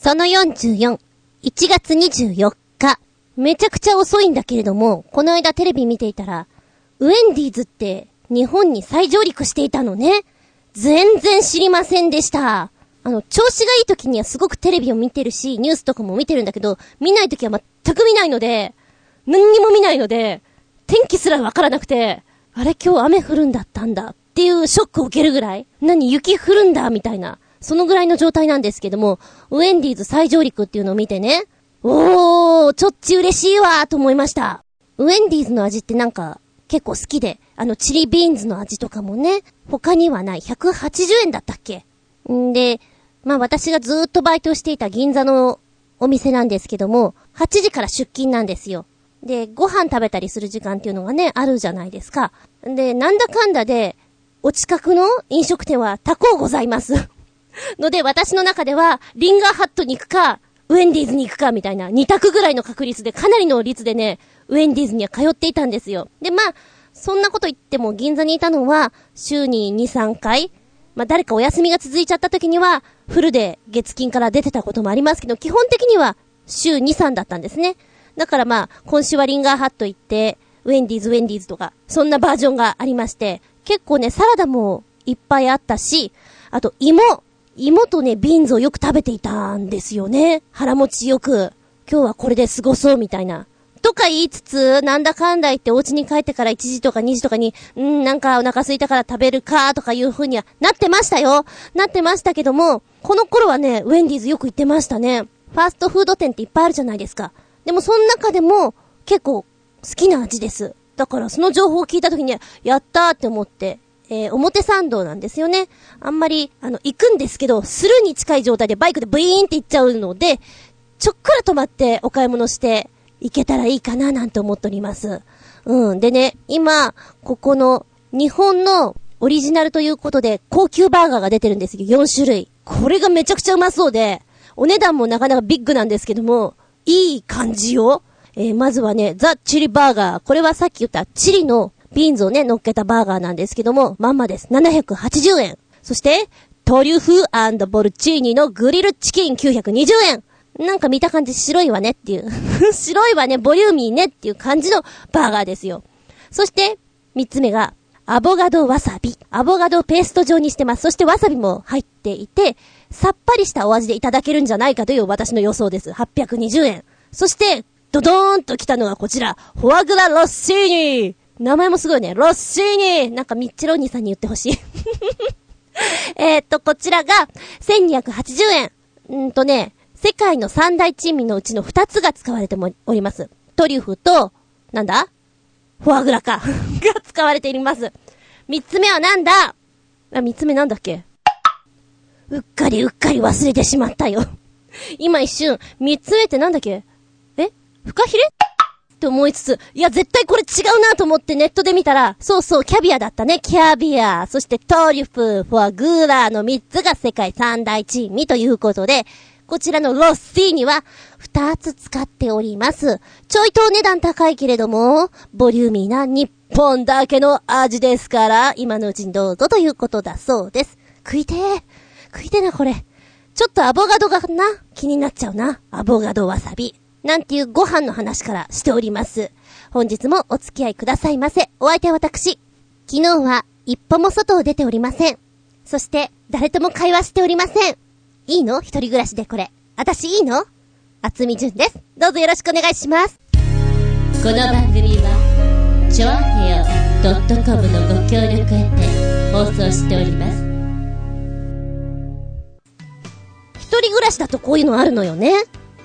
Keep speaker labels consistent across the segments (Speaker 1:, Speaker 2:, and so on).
Speaker 1: その44、1月24日。めちゃくちゃ遅いんだけれども、この間テレビ見ていたら、ウェンディーズって日本に再上陸していたのね。全然知りませんでした。調子がいい時にはすごくテレビを見てるし、ニュースとかも見てるんだけど、見ない時は全く見ないので、何にも見ないので、天気すらわからなくて、あれ今日雨降るんだったんだっていうショックを受けるぐらい、何雪降るんだみたいな、そのぐらいの状態なんですけども、ウェンディーズ再上陸っていうのを見てね、おー、ちょっち嬉しいわーと思いました。ウェンディーズの味ってなんか結構好きで、チリビーンズの味とかもね、他にはない180円だったっけ？んで、私がずーっとバイトしていた銀座のお店なんですけども、8時から出勤なんですよ。で、ご飯食べたりする時間っていうのがね、あるじゃないですか。で、なんだかんだで、お近くの飲食店は多幸ございます。ので、私の中では、リンガーハットに行くか、ウェンディーズに行くかみたいな2択ぐらいの確率でかなりの率でね、ウェンディーズには通っていたんですよ。で、そんなこと言っても銀座にいたのは週に2、3回。誰かお休みが続いちゃった時にはフルで月金から出てたこともありますけど、基本的には週2、3だったんですね。だから今週はリンガーハット行って、ウェンディーズとか、そんなバージョンがありまして、結構ね、サラダもいっぱいあったし、あと芋とね、ビーンズをよく食べていたんですよね。腹持ちよく、今日はこれで過ごそうみたいな。とか言いつつ、なんだかんだ言ってお家に帰ってから1時とか2時とかに、なんかお腹空いたから食べるかとかいう風にはなってましたよ。なってましたけども、この頃はね、ウェンディーズよく行ってましたね。ファーストフード店っていっぱいあるじゃないですか。でもその中でも結構好きな味です。だからその情報を聞いた時に、やったーって思って、表参道なんですよね。あんまり、行くんですけど、スルーに近い状態でバイクでブイーンって行っちゃうので、ちょっくら止まってお買い物して行けたらいいかななんて思っております。でね、今、ここの日本のオリジナルということで、高級バーガーが出てるんですけど、4種類。これがめちゃくちゃうまそうで、お値段もなかなかビッグなんですけども、いい感じよ。まずはね、ザ・チリバーガー。これはさっき言ったチリのビーンズをね、乗っけたバーガーなんですけども、まんまです。780円。そして、トリュフ&ボルチーニのグリルチキン920円。なんか見た感じ白いわねっていう。白いわね、ボリューミーねっていう感じのバーガーですよ。そして、3つ目が、アボガドわさび。アボガドペースト状にしてます。そしてわさびも入っていて、さっぱりしたお味でいただけるんじゃないかという私の予想です。820円。そして、ドドーンと来たのがこちら、フォアグラロッシーニ。名前もすごいね。ロッシーニ。なんかミッチェローニさんに言ってほしい。こちらが1280円。世界の三大珍味のうちの2つが使われております。トリュフと、なんだ？フォアグラか。が使われています。3つ目はなんだ？3つ目なんだっけ？うっかり忘れてしまったよ。今一瞬、3つ目ってなんだっけ？フカヒレ？って思いつつ、いや絶対これ違うなと思ってネットで見たら、そうそうキャビアだったね。キャビア、そしてトリュフ、フォアグラの3つが世界三大珍味ということで、こちらのロッシーニは2つ使っております。ちょいとお値段高いけれども、ボリューミーな日本だけの味ですから、今のうちにどうぞということだそうです。食いてーなこれ。ちょっとアボガドがな、気になっちゃうな。アボガドわさび。なんていうご飯の話からしております。本日もお付き合いくださいませ。お相手は私。昨日は一歩も外を出ておりません。そして誰とも会話しておりません。いいの？一人暮らしでこれ。私いいの？厚み純です。どうぞよろしくお願いします。
Speaker 2: この番組はちょあへよ .com のご協力へて放送しております。
Speaker 1: 一人暮らしだとこういうのあるのよね。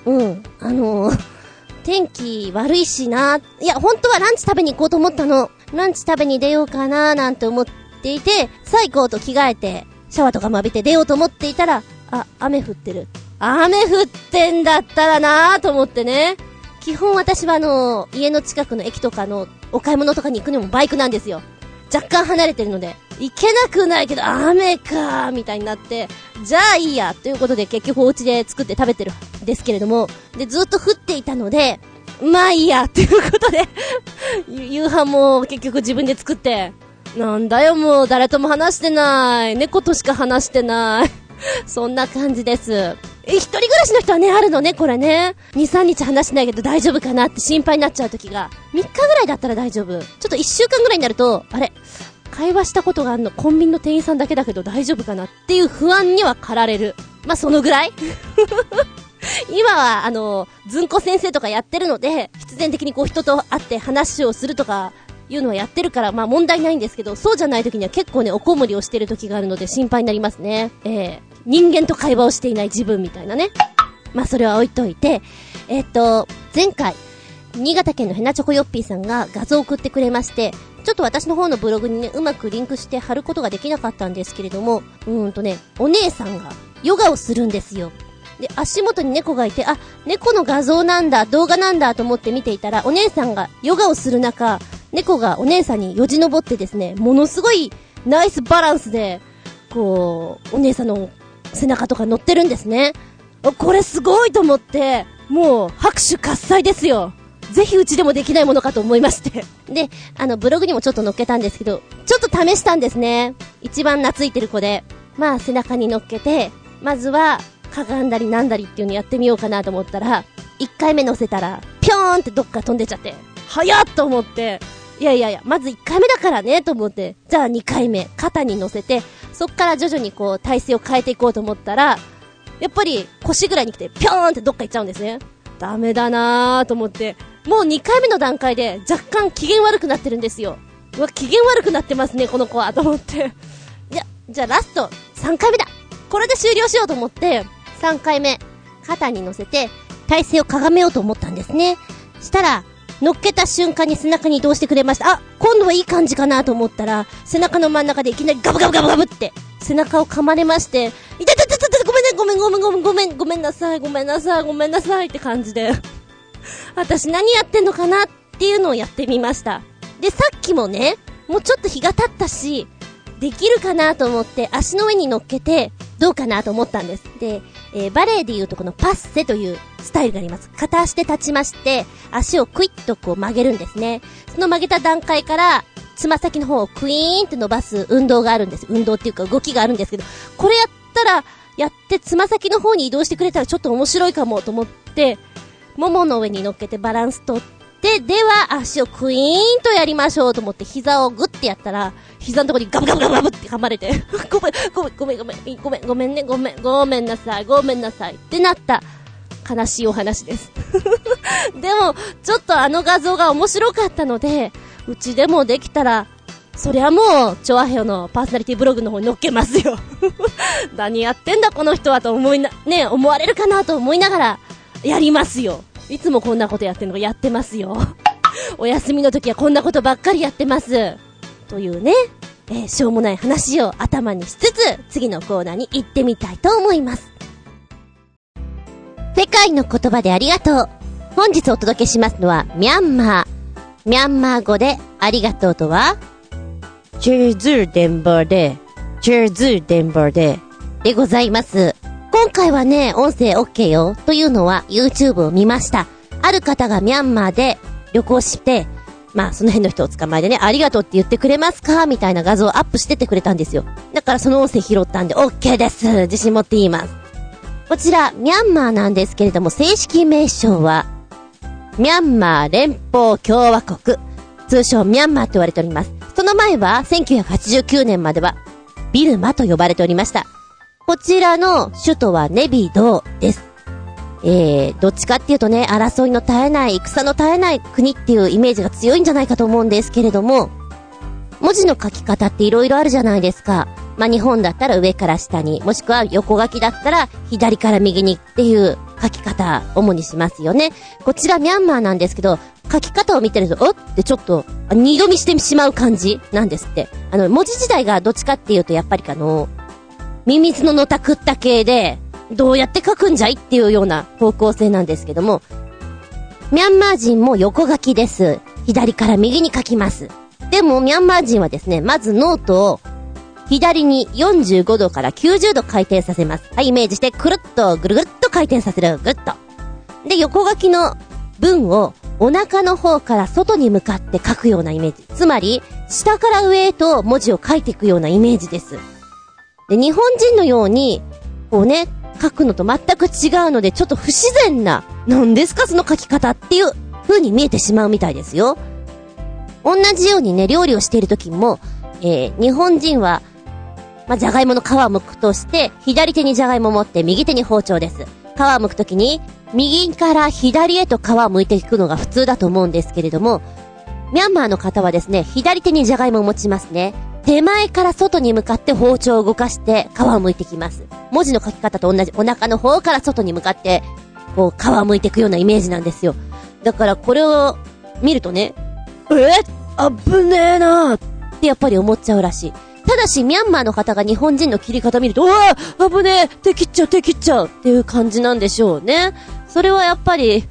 Speaker 1: 天気悪いしな。いや、本当はランチ食べに行こうと思ったの。ランチ食べに出ようかななんて思っていて、さあ行こうと着替えて、シャワーとかも浴びて出ようと思っていたら、雨降ってる。雨降ってんだったらなーと思ってね。基本私は家の近くの駅とかのお買い物とかに行くのもバイクなんですよ。若干離れてるので、行けなくないけど雨かーみたいになって、じゃあいいやということで結局お家で作って食べてるんですけれども、でずっと降っていたので、まあいいやということで夕飯も結局自分で作って、なんだよもう誰とも話してない、猫としか話してないそんな感じです。 一人暮らしの人はね、あるのね、これね。2、3日話しないけど大丈夫かなって心配になっちゃう時が。3日ぐらいだったら大丈夫。ちょっと1週間ぐらいになると、あれ、会話したことがあるのコンビニの店員さんだけだけど大丈夫かなっていう不安には駆られる。まあ、そのぐらい今は、ずんこ先生とかやってるので、必然的にこう人と会って話をするとか、いうのはやってるから、まあ問題ないんですけど、そうじゃない時には結構ね、おこもりをしてる時があるので心配になりますね。人間と会話をしていない自分みたいなね。まあそれは置いといて、前回、新潟県のヘナチョコヨッピーさんが画像を送ってくれまして、ちょっと私の方のブログにね、うまくリンクして貼ることができなかったんですけれども、お姉さんがヨガをするんですよ。で、足元に猫がいて、あ、猫の画像なんだ、動画なんだと思って見ていたら、お姉さんがヨガをする中、猫がお姉さんによじ登ってですね、ものすごいナイスバランスで、こう、お姉さんの背中とか乗ってるんですね。これすごいと思って、もう拍手喝采ですよ。ぜひうちでもできないものかと思いまして。で、ブログにもちょっと載っけたんですけど、ちょっと試したんですね。一番懐いてる子で。まあ背中に乗っけて、まずは、かがんだりなんだりっていうのやってみようかなと思ったら、1回目乗せたら、ぴょーんってどっか飛んでっちゃって、早っと思って、いや、まず1回目だからね、と思って、じゃあ2回目、肩に乗せて、そっから徐々にこう、体勢を変えていこうと思ったら、やっぱり腰ぐらいに来て、ぴょーんってどっか行っちゃうんですね。ダメだなーと思って、もう2回目の段階で若干機嫌悪くなってるんですよ。うわ、機嫌悪くなってますね、この子は、と思って。じゃあラスト、3回目だ。これで終了しようと思って、3回目、肩に乗せて、体勢をかがめようと思ったんですね。したら、乗っけた瞬間に背中に移動してくれました。あ、今度はいい感じかなと思ったら、背中の真ん中でいきなりガブガブガブガブって、背中を噛まれまして、いたごめんなさいって感じで、私何やってんのかなっていうのをやってみました。で、さっきもね、もうちょっと日が経ったし、できるかなと思って足の上に乗っけて、どうかなと思ったんです。で、バレエでいうとこのパッセというスタイルがあります。片足で立ちまして、足をクイッとこう曲げるんですね。その曲げた段階から、つま先の方をクイーンって伸ばす運動があるんです。運動っていうか動きがあるんですけど、これやってつま先の方に移動してくれたらちょっと面白いかもと思って、ももの上に乗っけてバランス取って、では足をクイーンとやりましょうと思って膝をグッてやったら、膝のところにガブガブガブガブって噛まれてごめんなさいってなった悲しいお話ですでもちょっと画像が面白かったので、うちでもできたらそりゃもうチョアヘヨのパーソナリティブログの方に載っけますよ何やってんだこの人はと思われるかなと思いながらやりますよ。いつもこんなことやってんのかやってますよお休みの時はこんなことばっかりやってますというね、しょうもない話を頭にしつつ、次のコーナーに行ってみたいと思います。世界の言葉でありがとう。本日お届けしますのは、ミャンマー。ミャンマー語でありがとうとは、チェーズーデンバーで、でございます。今回はね、音声 OK よ。というのは YouTube を見ました。ある方がミャンマーで旅行して、まあその辺の人を捕まえてね、ありがとうって言ってくれますかみたいな画像をアップしててくれたんですよ。だからその音声拾ったんで OK です。自信持って言います。こちらミャンマーなんですけれども、正式名称はミャンマー連邦共和国、通称ミャンマーと言われております。その前は1989年まではビルマと呼ばれておりました。こちらの首都はネビドです。どっちかっていうとね、争いの絶えない、戦の絶えない国っていうイメージが強いんじゃないかと思うんですけれども、文字の書き方って色々あるじゃないですか。まあ、日本だったら上から下に、もしくは横書きだったら左から右にっていう書き方、主にしますよね。こちらミャンマーなんですけど、書き方を見てると、おってちょっと二度見してしまう感じなんですって。文字自体がどっちかっていうと、やっぱりミミズののたくった系で、どうやって書くんじゃいっていうような方向性なんですけども、ミャンマー人も横書きです。左から右に書きます。でもミャンマー人はですね、まずノートを左に45度から90度回転させます。はい、イメージしてくるっとぐるぐるっと回転させる。ぐっと。で、横書きの文をお腹の方から外に向かって書くようなイメージ。つまり、下から上へと文字を書いていくようなイメージです。で、日本人のように、こうね、 書くのと全く違うので、ちょっと不自然な、なんですかその書き方っていう風に見えてしまうみたいですよ。同じようにね、料理をしている時も、日本人は、じゃがいもの皮を剥くとして、左手にじゃがいもを持って右手に包丁です。皮を剥くときに、右から左へと皮を剥いていくのが普通だと思うんですけれども、ミャンマーの方はですね、左手にじゃがいもを持ちますね。手前から外に向かって包丁を動かして皮を剥いていきます。文字の書き方と同じ、お腹の方から外に向かって、こう皮を剥いていくようなイメージなんですよ。だからこれを見るとね、危ねえなーってやっぱり思っちゃうらしい。ただしミャンマーの方が日本人の切り方見ると、危ねえ、手切っちゃうっていう感じなんでしょうね。それはやっぱり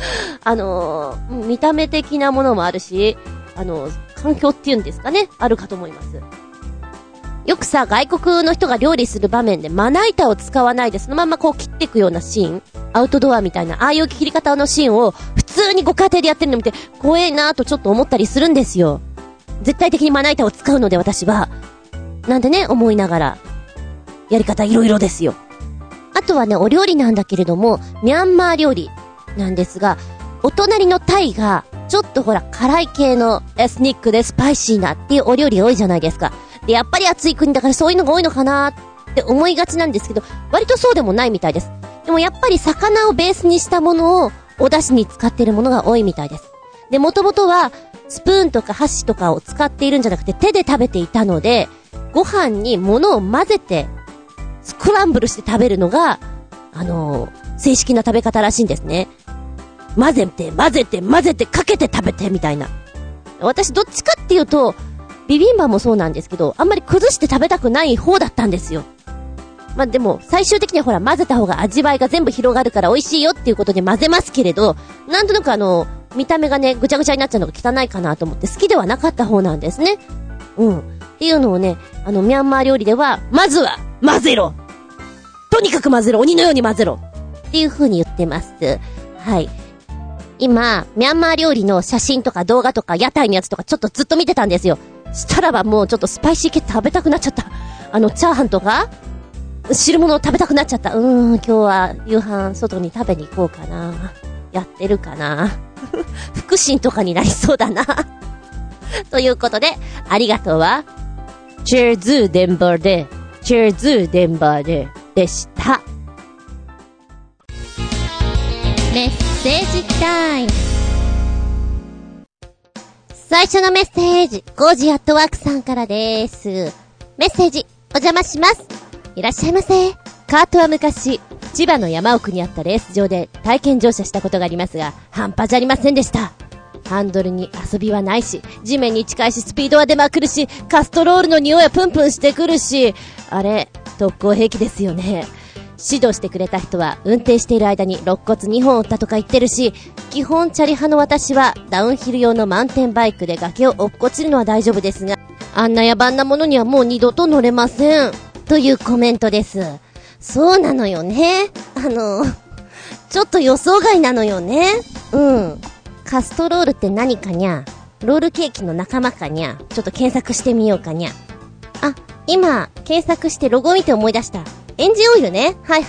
Speaker 1: 見た目的なものもあるし、環境っていうんですかね、あるかと思います。よくさ、外国の人が料理する場面でまな板を使わないでそのままこう切っていくようなシーン、アウトドアみたいな、ああいう切り方のシーンを普通にご家庭でやってるの見て、怖えなーとちょっと思ったりするんですよ。絶対的にまな板を使うので私は。なんてね、思いながら、やり方いろいろですよ。あとはね、お料理なんだけれども、ミャンマー料理なんですが、お隣のタイが、ちょっとほら、辛い系のエスニックでスパイシーなっていうお料理多いじゃないですか。で、やっぱり暑い国だからそういうのが多いのかなって思いがちなんですけど、割とそうでもないみたいです。でもやっぱり魚をベースにしたものをお出汁に使っているものが多いみたいです。で、もともとはスプーンとか箸とかを使っているんじゃなくて手で食べていたので、ご飯に物を混ぜてスクランブルして食べるのが正式な食べ方らしいんですね。混ぜてかけて食べてみたいな。私どっちかっていうとビビンバもそうなんですけど、あんまり崩して食べたくない方だったんですよ。でも最終的にはほら混ぜた方が味わいが全部広がるから美味しいよっていうことで混ぜますけれど、なんとなく見た目がねぐちゃぐちゃになっちゃうのが汚いかなと思って好きではなかった方なんですね。っていうのをね、ミャンマー料理では、まずは、混ぜろ！とにかく混ぜろ！鬼のように混ぜろ！っていう風に言ってます。はい。今、ミャンマー料理の写真とか動画とか屋台のやつとかちょっとずっと見てたんですよ。したらばもうちょっとスパイシー系食べたくなっちゃった。チャーハンとか汁物を食べたくなっちゃった。今日は夕飯外に食べに行こうかな。やってるかな。腹心とかになりそうだな。ということで、ありがとうは、チェーズーデンバーでした。
Speaker 2: メッセージタイム。
Speaker 1: 最初のメッセージ、ゴージアットワークさんからです。メッセージ、お邪魔します。いらっしゃいませ。カートは昔、千葉の山奥にあったレース場で体験乗車したことがありますが、半端じゃありませんでした。ハンドルに遊びはないし、地面に近いし、スピードは出まくるし、カストロールの匂いはプンプンしてくるし、あれ、特攻兵器ですよね。指導してくれた人は運転している間に肋骨2本折ったとか言ってるし、基本チャリ派の私はダウンヒル用のマウンテンバイクで崖を落っこちるのは大丈夫ですが、あんな野蛮なものにはもう二度と乗れません。というコメントです。そうなのよね。ちょっと予想外なのよね。カストロールって何かにゃ？ロールケーキの仲間かにゃ？ちょっと検索してみようかにゃ。今、検索してロゴ見て思い出した。エンジンオイルね。はい。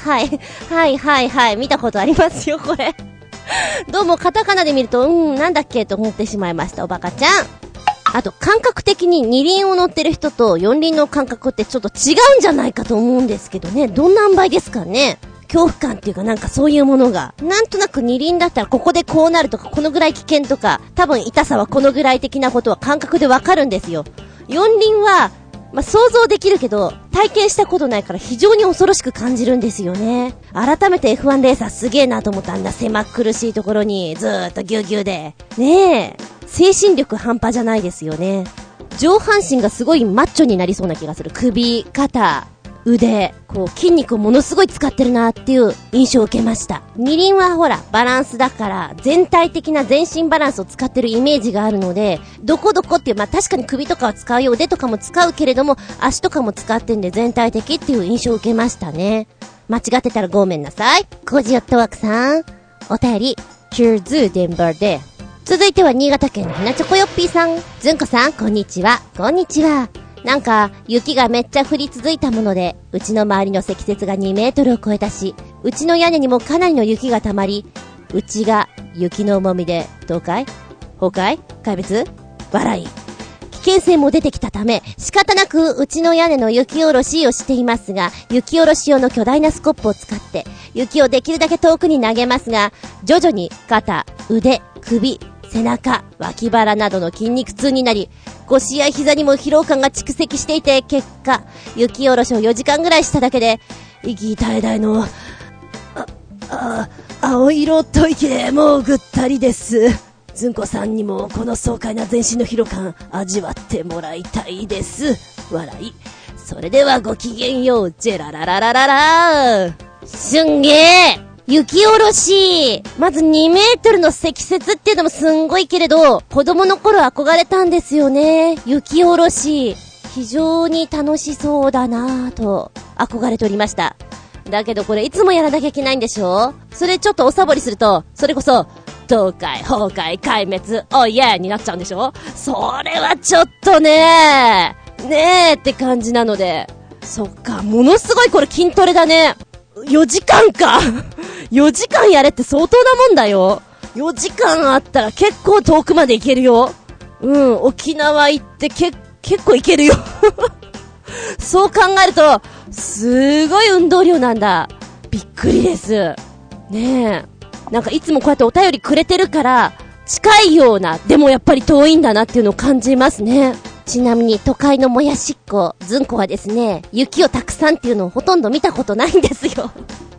Speaker 1: 見たことありますよ、これ。どうもカタカナで見ると、なんだっけと思ってしまいました、おバカちゃん。あと、感覚的に二輪を乗ってる人と四輪の感覚ってちょっと違うんじゃないかと思うんですけどね。どんな塩梅ですかね。恐怖感っていうかなんかそういうものが。なんとなく二輪だったらここでこうなるとか、このぐらい危険とか、多分痛さはこのぐらい的なことは感覚でわかるんですよ。四輪は、想像できるけど、体験したことないから非常に恐ろしく感じるんですよね。改めて F1 レーサーすげえなと思った。あんな狭苦しいところにずーっとギュギュで。ねえ。精神力半端じゃないですよね。上半身がすごいマッチョになりそうな気がする。首、肩、腕、筋肉をものすごい使ってるなっていう印象を受けました。二輪はほら、バランスだから、全体的な全身バランスを使ってるイメージがあるので、どこどこっていう、確かに首とかは使うよ、腕とかも使うけれども、足とかも使ってんで全体的っていう印象を受けましたね。間違ってたらごめんなさい。コージオットワークさん、お便り、チューズーデンバーで。続いては新潟県のひなちょこよっぴーさん。ずんこさん、こんにちは。こんにちは。 なんか雪がめっちゃ降り続いたもので、うちの周りの積雪が2メートルを超えたし、うちの屋根にもかなりの雪が溜まり、うちが雪の重みで倒壊？崩壊？壊滅？笑い。危険性も出てきたため、仕方なくうちの屋根の雪下ろしをしていますが、雪下ろし用の巨大なスコップを使って雪をできるだけ遠くに投げますが、徐々に肩、腕、首、背中、脇腹などの筋肉痛になり、腰や膝にも疲労感が蓄積していて、結果雪下ろしを4時間ぐらいしただけで息絶え絶えの青色吐息でもうぐったりです。ずんこさんにもこの爽快な全身の疲労感味わってもらいたいです。笑い。それではごきげんよう。ジェララララララ。すんげえ雪下ろし。まず2メートルの積雪っていうのもすんごいけれど、子供の頃憧れたんですよね。雪下ろし。非常に楽しそうだなぁと憧れておりました。だけどこれいつもやらなきゃいけないんでしょ？それちょっとおサボりすると、それこそ倒壊、崩壊、壊滅、おいえになっちゃうんでしょ？それはちょっとねえって感じなので、そっか、ものすごいこれ筋トレだね。4時間か4時間やれって相当なもんだよ。4時間あったら結構遠くまで行けるよ。沖縄行って結構行けるよそう考えるとすごい運動量なんだ。びっくりですね。えなんかいつもこうやってお便りくれてるから近いような、でもやっぱり遠いんだなっていうのを感じますね。ちなみに都会のもやしっこずんこはですね、雪をたくさんっていうのをほとんど見たことないんですよ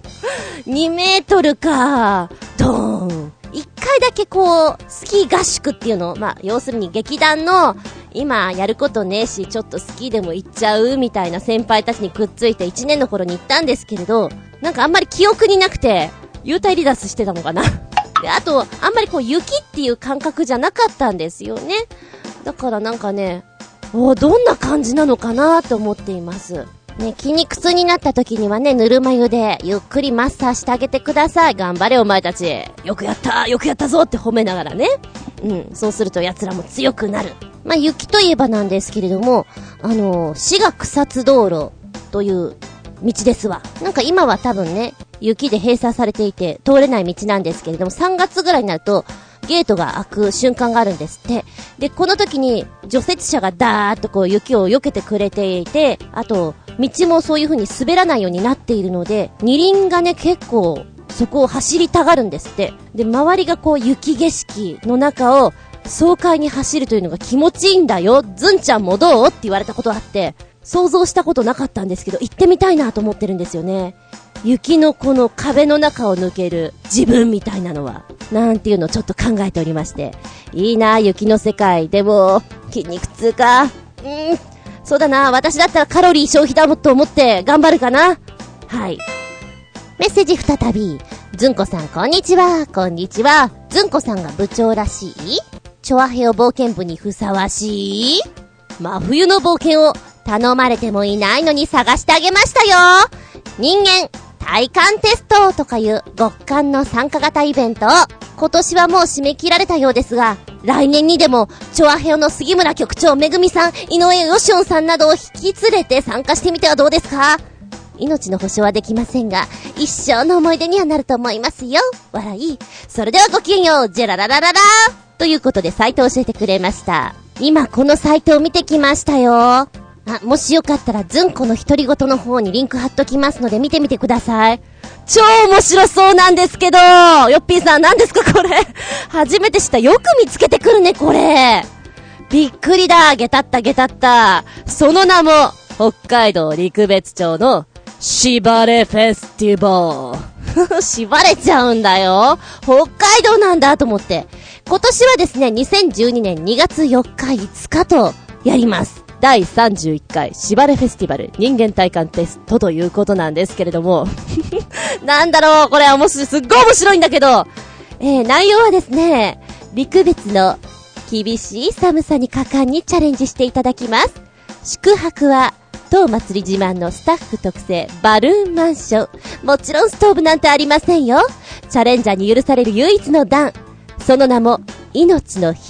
Speaker 1: 2メートルかドーン。1回だけこうスキー合宿っていうのを、要するに劇団の今やることねえしちょっとスキーでも行っちゃうみたいな先輩たちにくっついて1年の頃に行ったんですけれど、なんかあんまり記憶になくて幽体離脱してたのかなで、あとあんまりこう雪っていう感覚じゃなかったんですよね。だからなんかね、どんな感じなのかなと思っていますね。筋肉痛になった時にはね、ぬるま湯でゆっくりマッサージしてあげてください。頑張れお前たち、よくやったぞって褒めながらね。そうすると奴らも強くなる。雪といえばなんですけれども、滋賀草津道路という道ですわ。なんか今は多分ね、雪で閉鎖されていて通れない道なんですけれども、3月ぐらいになるとゲートが開く瞬間があるんですって。で、この時に除雪車がダーッとこう雪を避けてくれていて、あと道もそういう風に滑らないようになっているので、二輪がね結構そこを走りたがるんですって。で、周りがこう雪景色の中を爽快に走るというのが気持ちいいんだよ。ずんちゃんもどうって言われたことあって、想像したことなかったんですけど、行ってみたいなと思ってるんですよね。雪のこの壁の中を抜ける自分みたいなのはなんていうのをちょっと考えておりまして、いいな雪の世界。でも筋肉痛か。そうだな、私だったらカロリー消費だと思って頑張るかな。はい。メッセージ再び。ずんこさんこんにちは。こんにちは。ずんこさんが部長らしい、チョアヘオ冒険部にふさわしい真冬の冒険を頼まれてもいないのに探してあげましたよ。人間体感テストとかいう極寒の参加型イベントを今年はもう締め切られたようですが、来年にでもチョアヘオの杉村局長、めぐみさん、井上よしおんさんなどを引き連れて参加してみてはどうですか。命の保証はできませんが一生の思い出にはなると思いますよ。笑い。それではごきげんよう。ジェラララララということでサイトを教えてくれました。今このサイトを見てきましたよ。もしよかったらずんこの独り言の方にリンク貼っときますので見てみてください。超面白そうなんですけど、ヨッピーさん何ですかこれ。初めて知った。よく見つけてくるねこれ。びっくりだ。ゲタった。その名も北海道陸別町の縛れフェスティバル縛れちゃうんだよ。北海道なんだと思って、今年はですね2012年2月4日5日とやります。第31回縛れフェスティバル人間体感テストということなんですけれどもなんだろうこれ面白い、すっごい面白いんだけど、内容はですね、陸別の厳しい寒さに果敢にチャレンジしていただきます。宿泊は当祭り自慢のスタッフ特製バルーンマンション。もちろんストーブなんてありませんよ。チャレンジャーに許される唯一の段、その名も命の火。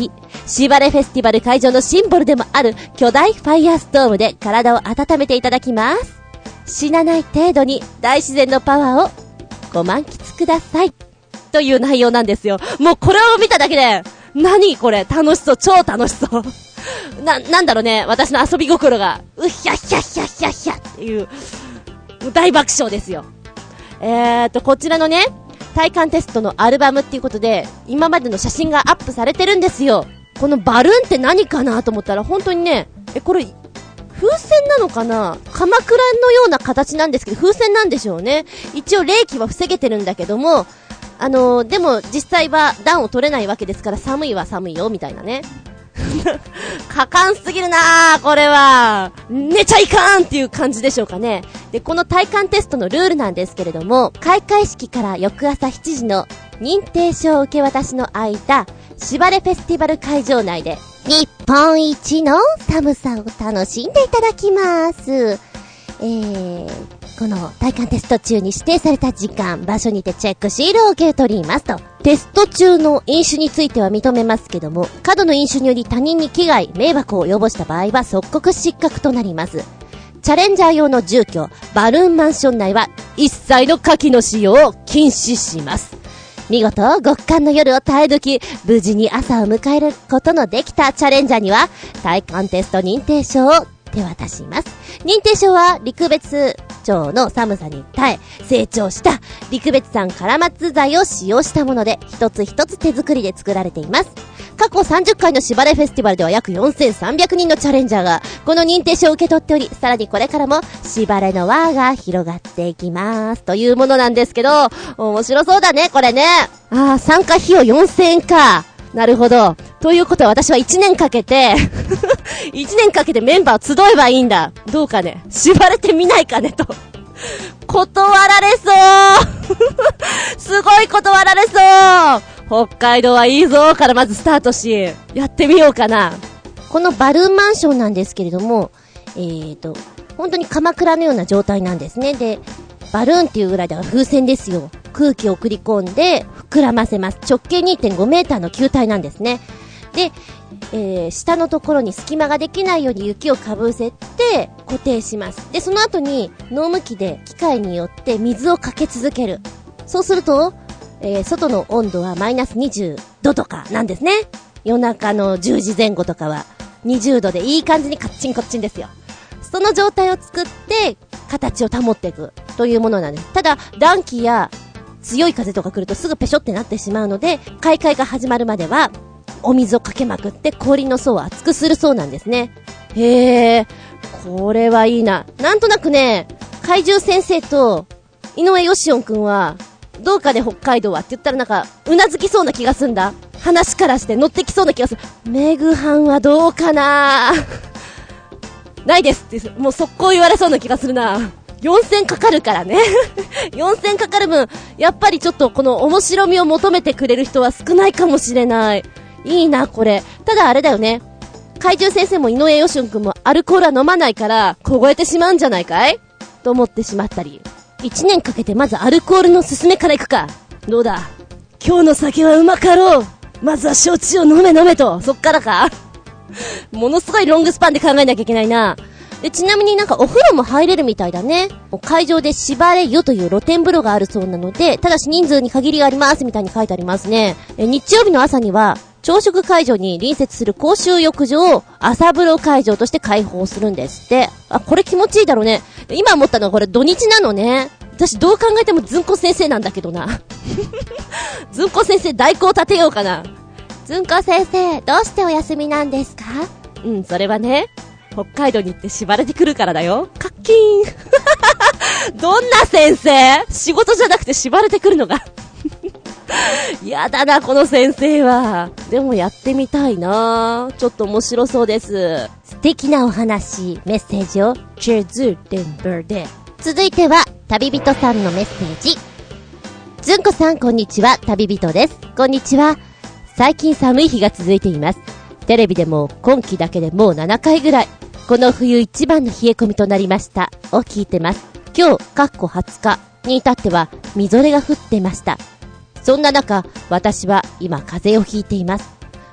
Speaker 1: シバレフェスティバル会場のシンボルでもある巨大ファイヤーストームで体を温めていただきます。死なない程度に大自然のパワーをご満喫くださいという内容なんですよ。もうこれを見ただけで、何これ楽しそう、超楽しそうなんだろうね、私の遊び心がうひゃひゃひゃひゃひゃっていう大爆笑ですよ。こちらのね体感テストのアルバムっていうことで今までの写真がアップされてるんですよ。このバルーンって何かなと思ったら本当にね、これ風船なのかな、鎌倉のような形なんですけど風船なんでしょうね。一応冷気は防げてるんだけども、でも実際は暖を取れないわけですから寒いは寒いよみたいなねかかんすぎるなー、これは寝ちゃいかんっていう感じでしょうかね。で、この体感テストのルールなんですけれども、開会式から翌朝7時の認定証受け渡しの間、しばれフェスティバル会場内で日本一の寒さを楽しんでいただきます。この体感テスト中に指定された時間、場所にてチェックシールを受け取りますと。テスト中の飲酒については認めますけども、過度の飲酒により他人に危害、迷惑を及ぼした場合は即刻失格となります。チャレンジャー用の住居、バルーンマンション内は一切の火器の使用を禁止します。見事、極寒の夜を耐え抜き、無事に朝を迎えることのできたチャレンジャーには、体感テスト認定証を手渡します。認定証は陸別町の寒さに耐え成長した陸別産カラマツ材を使用したもので、一つ一つ手作りで作られています。過去30回のしばれフェスティバルでは約4300人のチャレンジャーがこの認定証を受け取っており、さらにこれからもしばれの輪が広がっていきますというものなんですけど、面白そうだねこれね。参加費用4000円か。なるほど。ということは私は1年かけて1年かけてメンバーを集えばいいんだ。どうかね、縛れてみないかねと断られそうすごい断られそう。北海道はいいぞからまずスタートし、やってみようかな。このバルーンマンションなんですけれども、本当に鎌倉のような状態なんですね。で、バルーンっていうぐらいでは風船ですよ。空気を送り込んで膨らませます。直径 2.5 メーターの球体なんですね。で、下のところに隙間ができないように雪をかぶせて固定します。で、その後にノーム機で機械によって水をかけ続ける。そうすると、外の温度はマイナス20度とかなんですね。夜中の10時前後とかは20度でいい感じにカッチンコッチンですよ。その状態を作って形を保っていくというものなんです。ただ暖気や強い風とか来るとすぐペショってなってしまうので、開会が始まるまではお水をかけまくって氷の層を厚くするそうなんですね。へー、これはいいな。なんとなくね、怪獣先生と井上義雄くんはどうかで北海道はって言ったらなんかうなずきそうな気がすんだ。話からして乗ってきそうな気がする。メグハンはどうかなないですってもう速攻言われそうな気がするな。4000かかるからね4000かかる分やっぱりちょっとこの面白みを求めてくれる人は少ないかもしれない。いいなこれ。ただあれだよね、怪獣先生も井上義雄くんもアルコールは飲まないから凍えてしまうんじゃないかいと思ってしまったり。1年かけてまずアルコールのすすめからいくか。どうだ、今日の酒はうまかろう、まずは焼酎を飲め飲めと。そっからかものすごいロングスパンで考えなきゃいけないな。で、ちなみになんかお風呂も入れるみたいだね。会場で縛れ湯という露天風呂があるそうなので、ただし人数に限りがありますみたいに書いてありますね。日曜日の朝には朝食会場に隣接する公衆浴場を朝風呂会場として開放するんですって。これ気持ちいいだろうね。今思ったのはこれ土日なのね。私どう考えてもずんこ先生なんだけどなずんこ先生代行立てようかな。ずんこ先生どうしてお休みなんですか？それはね、北海道に行って縛れてくるからだよ。カッキーンどんな先生？仕事じゃなくて縛れてくるのがやだなこの先生は。でもやってみたいな。ちょっと面白そうです。素敵なお話、メッセージをチェズデンバーで。続いては旅人さんのメッセージ。ずんこさんこんにちは、旅人です。こんにちは。最近寒い日が続いています。テレビでも今季だけでもう7回ぐらいこの冬一番の冷え込みとなりましたを聞いてます。今日20日に至ってはみぞれが降ってました。そんな中、私は今風邪をひいています。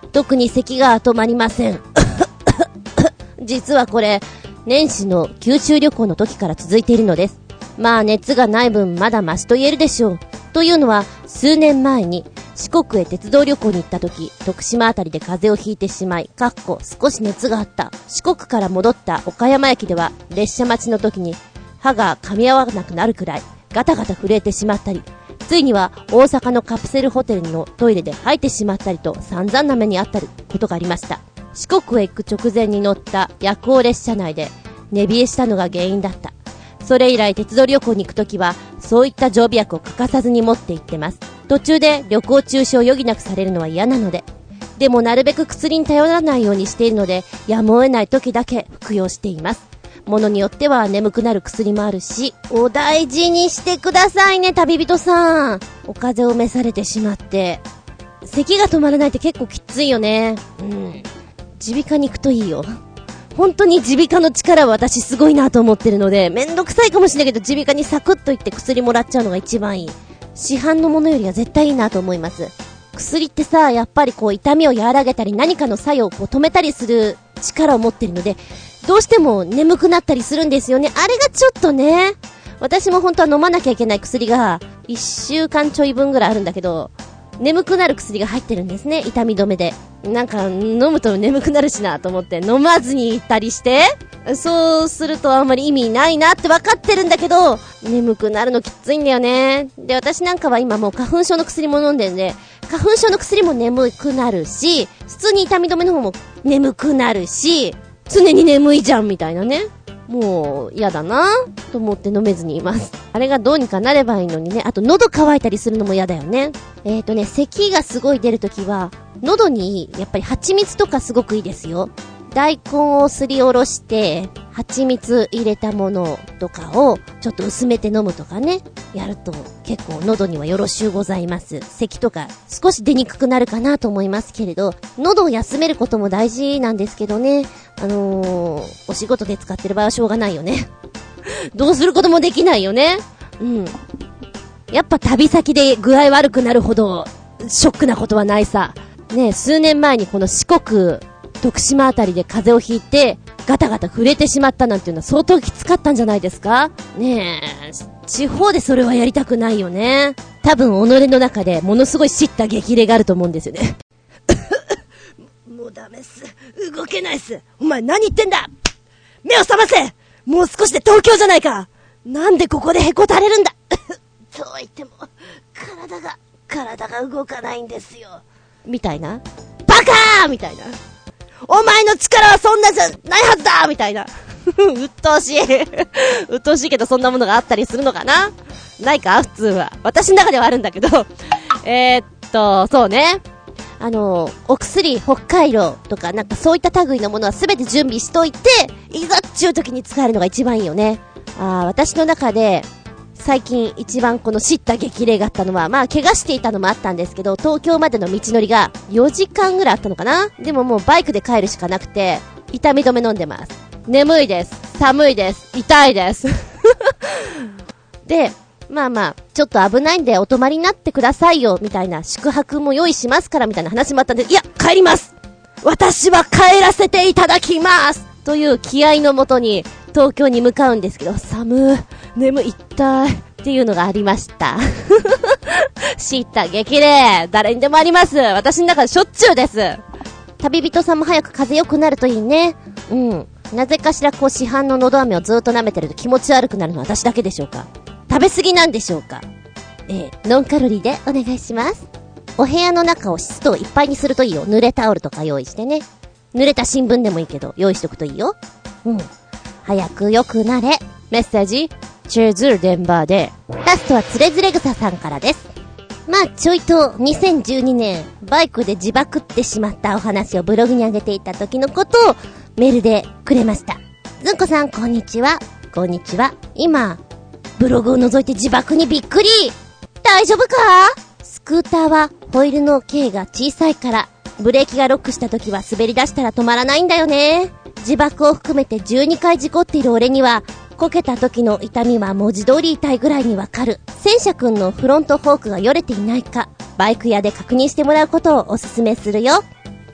Speaker 1: 特に咳が止まりません。実はこれ、年始の九州旅行の時から続いているのです。まあ熱がない分まだマシと言えるでしょう。というのは、数年前に四国へ鉄道旅行に行った時、徳島あたりで風邪をひいてしまい、少し熱があった。四国から戻った岡山駅では、列車待ちの時に歯が噛み合わなくなるくらいガタガタ震えてしまったり、ついには大阪のカプセルホテルのトイレで吐いてしまったりと散々な目にあったことがありました。四国へ行く直前に乗った夜行列車内で寝冷えしたのが原因だった。それ以来鉄道旅行に行くときはそういった常備薬を欠かさずに持って行ってます。途中で旅行中止を余儀なくされるのは嫌なので、でもなるべく薬に頼らないようにしているので、やむを得ない時だけ服用しています。ものによっては眠くなる薬もあるし、お大事にしてくださいね、旅人さん。お風邪を召されてしまって咳が止まらないって結構きついよね。耳鼻科に行くといいよ。本当に耳鼻科の力は私すごいなと思ってるので、めんどくさいかもしれないけど耳鼻科にサクッと行って薬もらっちゃうのが一番いい。市販のものよりは絶対いいなと思います。薬ってさ、やっぱりこう痛みを和らげたり何かの作用をこう止めたりする力を持ってるので、どうしても眠くなったりするんですよね。あれがちょっとね、私も本当は飲まなきゃいけない薬が1週間ちょい分ぐらいあるんだけど、眠くなる薬が入ってるんですね。痛み止めで。なんか飲むと眠くなるしなと思って飲まずにいたりして、そうするとあんまり意味ないなって分かってるんだけど、眠くなるのきついんだよね。で、私なんかは今もう花粉症の薬も飲んでるんで、花粉症の薬も眠くなるし、普通に痛み止めの方も眠くなるし、常に眠いじゃんみたいなね。もう嫌だなと思って飲めずにいます。あれがどうにかなればいいのにね。あと喉乾いたりするのも嫌だよね。咳がすごい出るときは喉にやっぱり蜂蜜とかすごくいいですよ。大根をすりおろして蜂蜜入れたものとかをちょっと薄めて飲むとかね、やると結構喉にはよろしゅうございます。咳とか少し出にくくなるかなと思いますけれど、喉を休めることも大事なんですけどね。お仕事で使ってる場合はしょうがないよね。どうすることもできないよね。やっぱ旅先で具合悪くなるほどショックなことはないさ。ね、数年前にこの四国徳島あたりで風邪をひいてガタガタ震えてしまったなんていうのは相当きつかったんじゃないですかね。地方でそれはやりたくないよね。多分己の中でものすごい叱咤激励があると思うんですよね。もうダメっす、動けないっす。お前何言ってんだ、目を覚ませ。もう少しで東京じゃないか。なんでここでへこたれるんだ。そう言っても体が動かないんですよみたいな、バカーみたいな、お前の力はそんなじゃないはずだみたいな。鬱陶しいけどそんなものがあったりするのかな。ないか普通は。私の中ではあるんだけど、そうね、お薬北海道とかなんかそういった類のものはすべて準備しといて、いざっちゅう時に使えるのが一番いいよね。私の中で最近一番この叱咤激励があったのは、まあ怪我していたのもあったんですけど、東京までの道のりが4時間ぐらいあったのかな。でももうバイクで帰るしかなくて、痛み止め飲んでます。眠いです、寒いです、痛いですで、まあちょっと危ないんでお泊まりになってくださいよみたいな、宿泊も用意しますからみたいな話もあったんで、いや帰ります、私は帰らせていただきますという気合のもとに東京に向かうんですけど、眠い、痛いっていうのがありました。叱咤激励、誰にでもあります。私の中でしょっちゅうです。旅人さんも早く風邪良くなるといいね。なぜかしらこう市販ののど飴をずっと舐めてると気持ち悪くなるのは私だけでしょうか。食べ過ぎなんでしょうか。ノンカロリーでお願いします。お部屋の中を湿度をいっぱいにするといいよ。濡れタオルとか用意してね。濡れた新聞でもいいけど用意しとくといいよ。早く良くなれ。メッセージチェーズルデンバーで。ラストはつれづれ草さんからです。まあちょいと2012年バイクで自爆ってしまったお話をブログに上げていた時のことをメールでくれました。ずんこさんこんにちは。こんにちは。今ブログを覗いて自爆にびっくり。大丈夫か？スクーターはホイールの径が小さいからブレーキがロックした時は滑り出したら止まらないんだよね。自爆を含めて12回事故っている俺にはこけた時の痛みは文字通り痛いぐらいにわかる。戦車くんのフロントフォークがよれていないかバイク屋で確認してもらうことをおすすめするよ。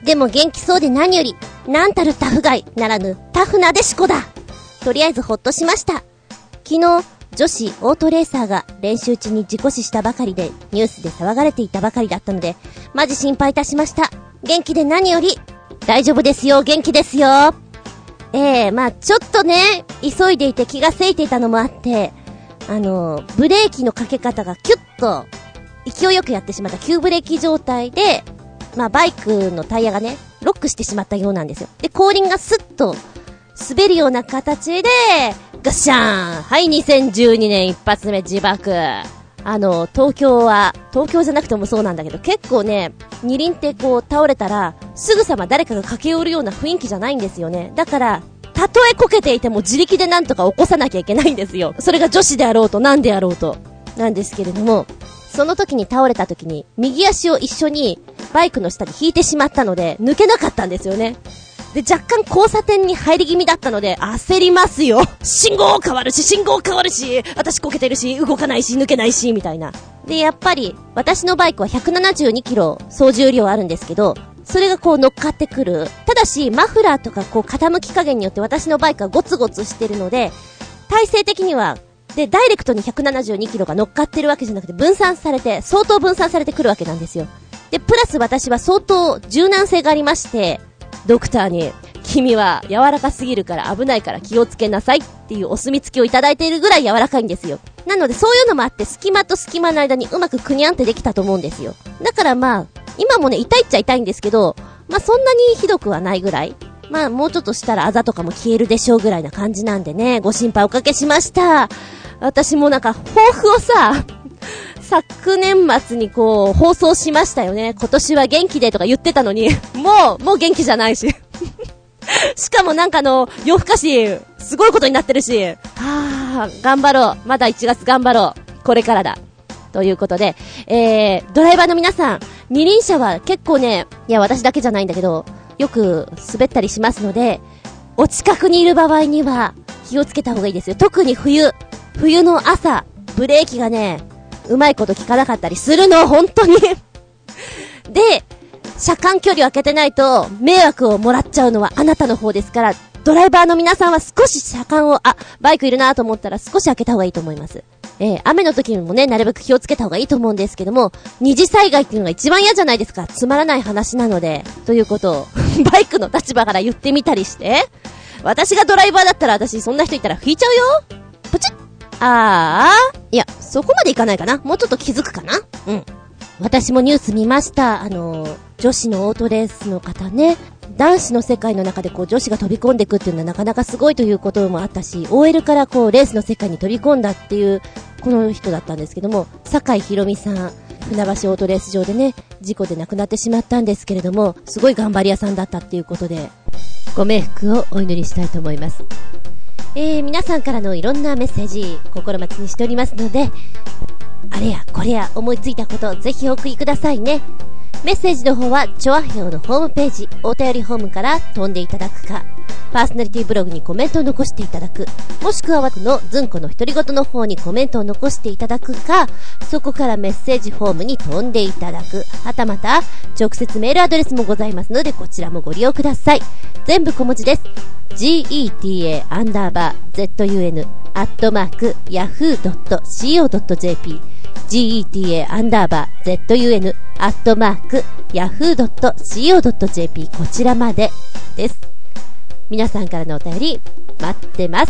Speaker 1: でも元気そうで何より、なんたるタフガイならぬタフなでしこだ。とりあえずほっとしました。昨日、女子オートレーサーが練習中に事故死したばかりでニュースで騒がれていたばかりだったので、マジ心配いたしました。元気で何より、大丈夫ですよ、元気ですよ。まあちょっとね、急いでいて気がせいていたのもあって、ブレーキのかけ方がキュッと勢いよくやってしまった急ブレーキ状態で、まあバイクのタイヤがね、ロックしてしまったようなんですよ。で、後輪がスッと滑るような形で、ガッシャーン、はい、2012年一発目自爆。東京じゃなくてもそうなんだけど、結構ね、二輪ってこう倒れたら、すぐさま誰かが駆け寄るような雰囲気じゃないんですよね。だから、たとえこけていても自力でなんとか起こさなきゃいけないんですよ。それが女子であろうと何であろうと。なんですけれども、その時に倒れた時に、右足を一緒にバイクの下に引いてしまったので、抜けなかったんですよね。で、若干交差点に入り気味だったので、焦りますよ。信号変わるし、私こけてるし、動かないし、抜けないし、みたいな。で、やっぱり、私のバイクは172キロ総重量あるんですけど、それがこう乗っかってくる。ただし、マフラーとかこう傾き加減によって私のバイクはゴツゴツしてるので、体勢的には、で、ダイレクトに172キロが乗っかってるわけじゃなくて、相当分散されてくるわけなんですよ。で、プラス私は相当柔軟性がありまして、ドクターに、君は柔らかすぎるから危ないから気をつけなさいっていうお墨付きをいただいているぐらい柔らかいんですよ。なのでそういうのもあって、隙間と隙間の間にうまくくにゃんってできたと思うんですよ。だからまあ、今もね、痛いっちゃ痛いんですけど、まあそんなにひどくはないぐらい。まあもうちょっとしたらあざとかも消えるでしょうぐらいな感じなんでね、ご心配おかけしました。私もなんか抱負をさ、昨年末にこう放送しましたよね。今年は元気でとか言ってたのに、もう元気じゃないし。しかもなんか夜更かし、すごいことになってるし、頑張ろう。まだ1月頑張ろう。これからだ。ということで、ドライバーの皆さん、二輪車は結構ね、いや私だけじゃないんだけど、よく滑ったりしますので、お近くにいる場合には気をつけた方がいいですよ。特に冬の朝、ブレーキがね、うまいこと効かなかったりするの、本当に。で、車間距離を空けてないと迷惑をもらっちゃうのはあなたの方ですから、ドライバーの皆さんは少し車間を、バイクいるなと思ったら少し開けた方がいいと思います。雨の時にもね、なるべく気をつけた方がいいと思うんですけども、二次災害っていうのが一番嫌じゃないですか。つまらない話なので、ということをバイクの立場から言ってみたりして、私がドライバーだったら私そんな人いたら拭いちゃうよ。プチッ。いや、そこまでいかないかな。もうちょっと気づくかな。うん。私もニュース見ました。女子のオートレースの方ね。男子の世界の中でこう女子が飛び込んでいくっていうのはなかなかすごいということもあったし、OL からこうレースの世界に飛び込んだっていうこの人だったんですけども、酒井宏美さん、船橋オートレース場でね、事故で亡くなってしまったんですけれども、すごい頑張り屋さんだったっていうことで、ご冥福をお祈りしたいと思います。皆さんからのいろんなメッセージ心待ちにしておりますので、あれやこれや思いついたことぜひお送りくださいね。メッセージの方はチョアヘオのホームページお便りホームから飛んでいただくか、パーソナリティブログにコメントを残していただく、もしくは枠のズンコの独り言の方にコメントを残していただくか、そこからメッセージフォームに飛んでいただく、はたまた直接メールアドレスもございますので、こちらもご利用ください。全部小文字です。geta_zun@yahoo.co.jp geta_zun@yahoo.co.jp こちらまでです。皆さんからのお便り待ってます。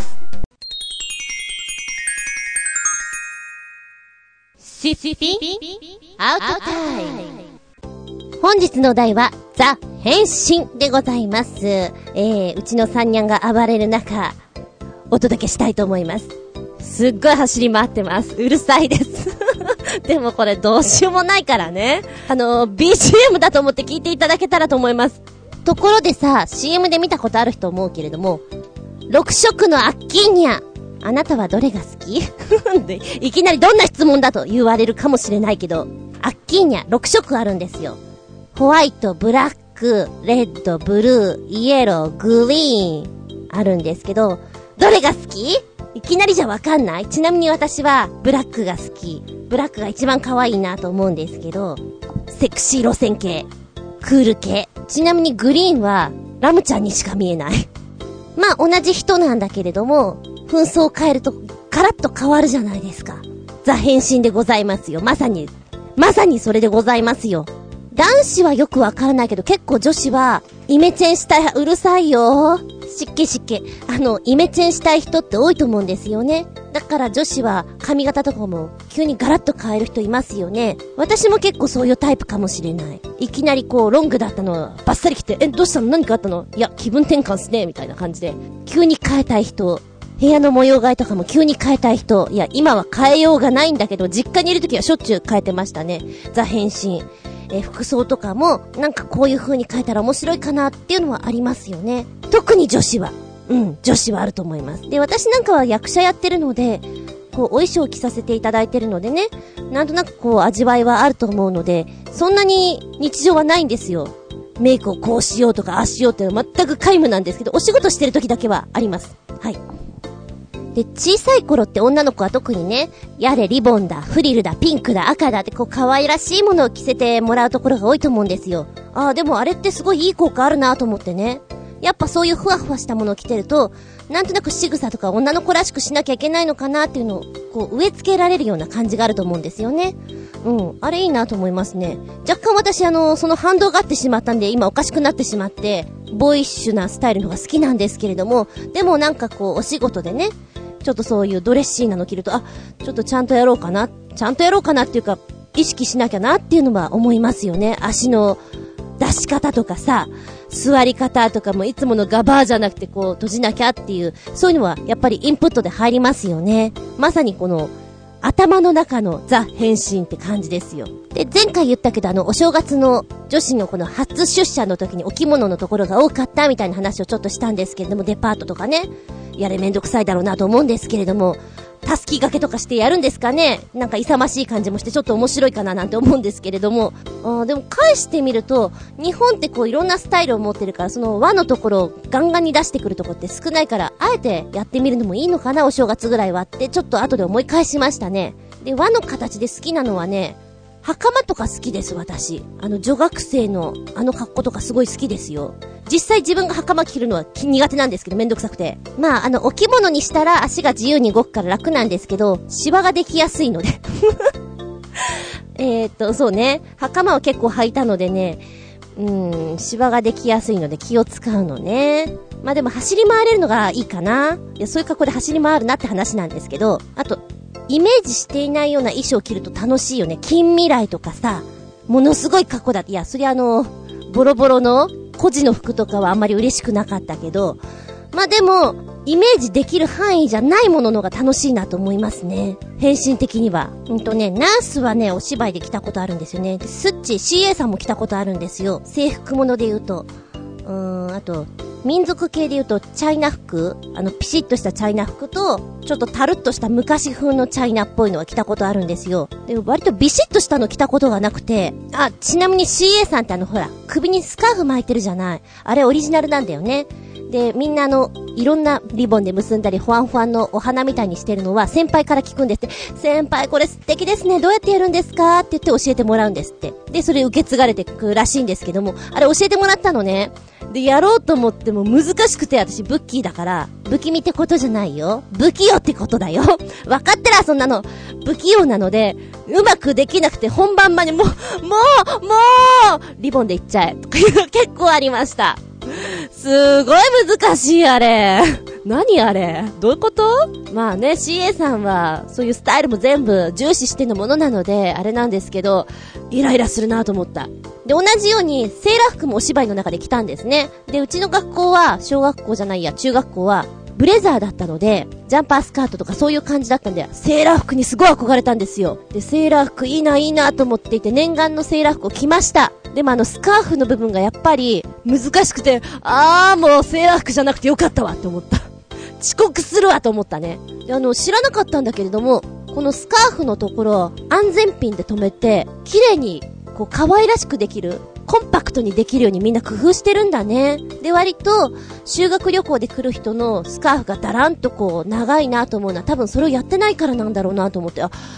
Speaker 2: シッピンアウトタイム。
Speaker 1: 本日のお題はザ・変身でございます。うちの三ニャンが暴れる中お届けしたいと思います。すっごい走り回ってます。うるさいですでもこれどうしようもないからね、BGM だと思って聞いていただけたらと思います。ところでさ、 CM で見たことある人思うけれども、6色のアッキーニャ、あなたはどれが好きでいきなりどんな質問だと言われるかもしれないけど、アッキーニャ6色あるんですよ。ホワイト、ブラック、レッド、ブルー、イエロー、グリーンあるんですけど、どれが好き？いきなりじゃわかんない？ちなみに私はブラックが好き。ブラックが一番可愛いなと思うんですけど、セクシー路線系、クール系ちなみにグリーンはラムちゃんにしか見えない。まあ同じ人なんだけれども、紛争を変えるとガラッと変わるじゃないですか。ザ変身でございますよ。まさにそれでございますよ。男子はよくわからないけど、結構女子はイメチェンしたい、うるさいよ。湿気。イメチェンしたい人って多いと思うんですよね。だから女子は髪型とかも急にガラッと変える人いますよね。私も結構そういうタイプかもしれない。いきなりロングだったのバッサリ来て、どうしたの、何かあったの、いや気分転換っすねみたいな感じで急に変えたい人、部屋の模様替えとかも急に変えたい人、いや今は変えようがないんだけど、実家にいるときはしょっちゅう変えてましたね。ザ変身、服装とかもなんかこういう風に変えたら面白いかなっていうのはありますよね。特に女子はあると思います。で、私なんかは役者やってるので、お衣装を着させていただいてるのでね、なんとなく味わいはあると思うので、そんなに日常はないんですよ。メイクをこうしようとかああしようっていうのは全く皆無なんですけど、お仕事してる時だけはあります。はい。で、小さい頃って女の子は特にね、やれリボンだ、フリルだ、ピンクだ、赤だって可愛らしいものを着せてもらうところが多いと思うんですよ。でもあれってすごいいい効果あるなと思ってね。やっぱそういうふわふわしたものを着てると、なんとなく仕草とか女の子らしくしなきゃいけないのかなっていうのを植え付けられるような感じがあると思うんですよね。あれいいなと思いますね。若干私その反動があってしまったんで、今おかしくなってしまって、ボーイッシュなスタイルの方が好きなんですけれども、でもなんかお仕事でね、ちょっとそういうドレッシーなの着ると、ちょっとちゃんとやろうかなっていうか、意識しなきゃなっていうのは思いますよね。足の出し方とかさ、座り方とかもいつものガバーじゃなくて閉じなきゃっていう、そういうのはやっぱりインプットで入りますよね。まさに頭の中のザ変身って感じですよ。で、前回言ったけどお正月の女子の初出社の時にお着物のところが多かったみたいな話をちょっとしたんですけれども、デパートとかね、やれめんどくさいだろうなと思うんですけれども、たすき掛けとかしてやるんですかね。なんか勇ましい感じもしてちょっと面白いかななんて思うんですけれども、でも返してみると、日本っていろんなスタイルを持ってるから、その和のところをガンガンに出してくるところって少ないから、あえてやってみるのもいいのかな、お正月ぐらいはってちょっと後で思い返しましたね。で、和の形で好きなのはね、袴とか好きです。私女学生の格好とかすごい好きですよ。実際自分が袴着るのは苦手なんですけど、めんどくさくて、お着物にしたら足が自由に動くから楽なんですけど、シワができやすいのでそうね、袴を結構履いたのでね、シワができやすいので気を使うのね。でも走り回れるのがいいかな。いや、そういう格好で走り回るなって話なんですけど、あとイメージしていないような衣装を着ると楽しいよね。近未来とかさ、ものすごい格好だって。いや、そりゃボロボロの孤児の服とかはあんまり嬉しくなかったけど、でもイメージできる範囲じゃないもののが楽しいなと思いますね。変身的には。ナースはね、お芝居で着たことあるんですよね。スッチ CA さんも着たことあるんですよ。制服物で言うと、あと民族系で言うとチャイナ服、ピシッとしたチャイナ服とちょっとタルッとした昔風のチャイナっぽいのは着たことあるんですよ。で、割とビシッとしたの着たことがなくて、ちなみに CA さんってほら首にスカーフ巻いてるじゃない。あれオリジナルなんだよね。で、みんないろんなリボンで結んだりフワンフワンのお花みたいにしてるのは先輩から聞くんですって。先輩これ素敵ですね、どうやってやるんですかって言って教えてもらうんですって。で、それ受け継がれてくらしいんですけども、あれ教えてもらったのね。で、やろうと思っても難しくて、私ブッキーだから、不気味ってことじゃないよ、不器用ってことだよ。分かってら、そんなの不器用なのでうまくできなくて、本番までもうリボンでいっちゃえとか結構ありました。すごい難しいあれ。何あれ、どういうこと？CA さんはそういうスタイルも全部重視してのものなのであれなんですけど、イライラするなと思った。で、同じようにセーラー服もお芝居の中で着たんですね。で、うちの学校は中学校はブレザーだったので、ジャンパースカートとかそういう感じだったんで、セーラー服にすごい憧れたんですよ。で、セーラー服いいなと思っていて、念願のセーラー服を着ました。でもスカーフの部分がやっぱり難しくて、もうセーラー服じゃなくてよかったわって思った。遅刻するわと思ったね。で、知らなかったんだけれども、このスカーフのところ安全ピンで留めて綺麗に可愛らしくできる、コンパクトにできるようにみんな工夫してるんだね。で、割と修学旅行で来る人のスカーフがだらんと長いなと思うのは、多分それをやってないからなんだろうなと思って、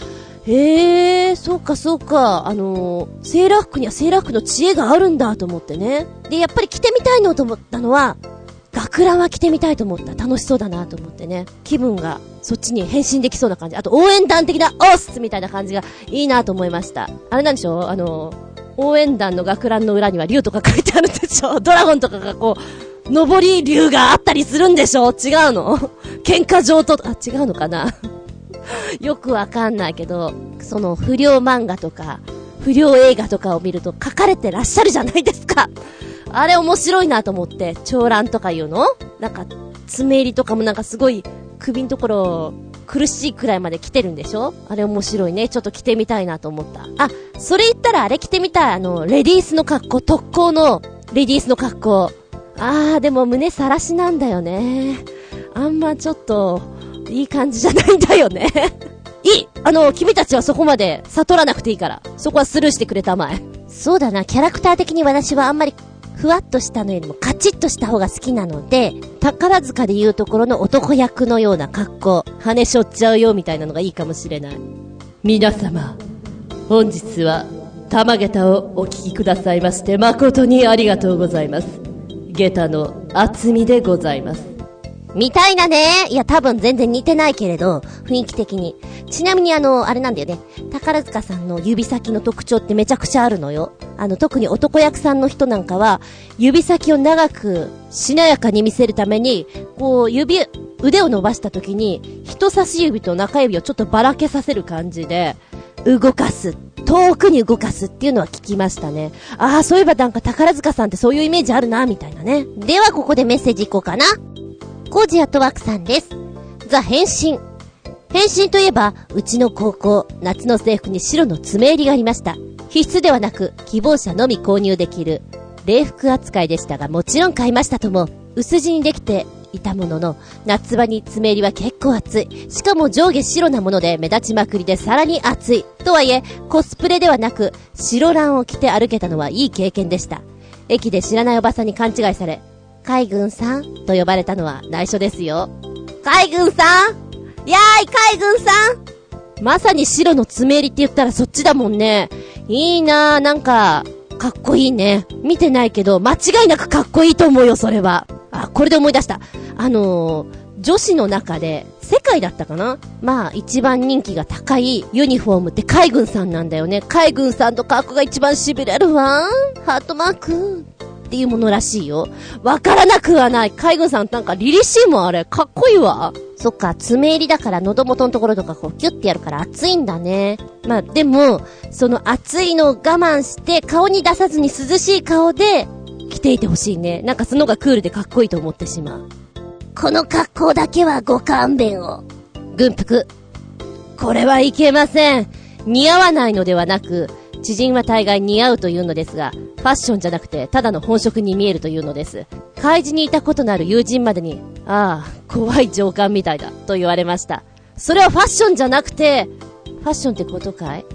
Speaker 1: へえ、そうかそうか。セーラー服にはセーラー服の知恵があるんだと思ってね。で、やっぱり着てみたいのと思ったのは、学ランは着てみたいと思った。楽しそうだなと思ってね。気分がそっちに変身できそうな感じ。あと応援団的なオスみたいな感じがいいなと思いました。あれなんでしょ応援団の学ランの裏には竜とか書いてあるんでしょ。ドラゴンとかがこう、上り竜があったりするんでしょ。違うの？喧嘩場と、違うのかなよくわかんないけど、その不良漫画とか、不良映画とかを見ると書かれてらっしゃるじゃないですか。あれ面白いなと思って、長蘭とかいうの？なんか、爪入りとかもなんかすごい首のところ苦しいくらいまで来てるんでしょ？あれ面白いね。ちょっと着てみたいなと思った。あ、それ言ったらあれ着てみたい。レディースの格好、特攻のレディースの格好。でも胸さらしなんだよね。あんまちょっと、いい感じじゃないんだよね。いい！君たちはそこまで悟らなくていいから。そこはスルーしてくれたまえ。そうだな、キャラクター的に私はあんまりふわっとしたのよりもカチッとした方が好きなので、宝塚でいうところの男役のような格好、羽しょっちゃうよみたいなのがいいかもしれない。皆様、本日は玉下駄をお聞きくださいまして誠にありがとうございます。下駄の厚みでございます。みたいなね。いや多分全然似てないけれど、雰囲気的に。ちなみにあれなんだよね。宝塚さんの指先の特徴ってめちゃくちゃあるのよ。特に男役さんの人なんかは、指先を長くしなやかに見せるために、こう腕を伸ばした時に、人差し指と中指をちょっとばらけさせる感じで、動かす。遠くに動かすっていうのは聞きましたね。そういえばなんか宝塚さんってそういうイメージあるな、みたいなね。ではここでメッセージいこうかな。コージアットワークさんです。ザ変身。変身といえば、うちの高校、夏の制服に白の爪入りがありました。必須ではなく、希望者のみ購入できる、礼服扱いでしたが、もちろん買いましたとも、薄地にできていたものの、夏場に爪入りは結構暑い。しかも上下白なもので目立ちまくりでさらに暑い。とはいえ、コスプレではなく、白ランを着て歩けたのはいい経験でした。駅で知らないおばさんに勘違いされ、海軍さんと呼ばれたのは内緒ですよ。海軍さん、やーい海軍さん。まさに白の爪入りって言ったらそっちだもんね。いいなぁ、なんかかっこいいね。見てないけど間違いなくかっこいいと思うよ、それは。これで思い出した。女子の中で世界だったかな、一番人気が高いユニフォームって海軍さんなんだよね。海軍さんと格好が一番痺れるわ。ハートマークっていうものらしいよ。わからなくはない。海軍さんなんか凛々しいもん、あれかっこいいわ。そっか、爪入りだから喉元のところとかこうキュッてやるから熱いんだね。でもその熱いのを我慢して顔に出さずに涼しい顔で着ていてほしいね。なんかそのがクールでかっこいいと思ってしまう。この格好だけはご勘弁を。軍服。これはいけません。似合わないのではなく、知人は大概似合うというのですが、ファッションじゃなくてただの本職に見えるというのです。海事にいたことのある友人までに、怖い上官みたいだと言われました。それはファッションじゃなくて、ファッションってことかい？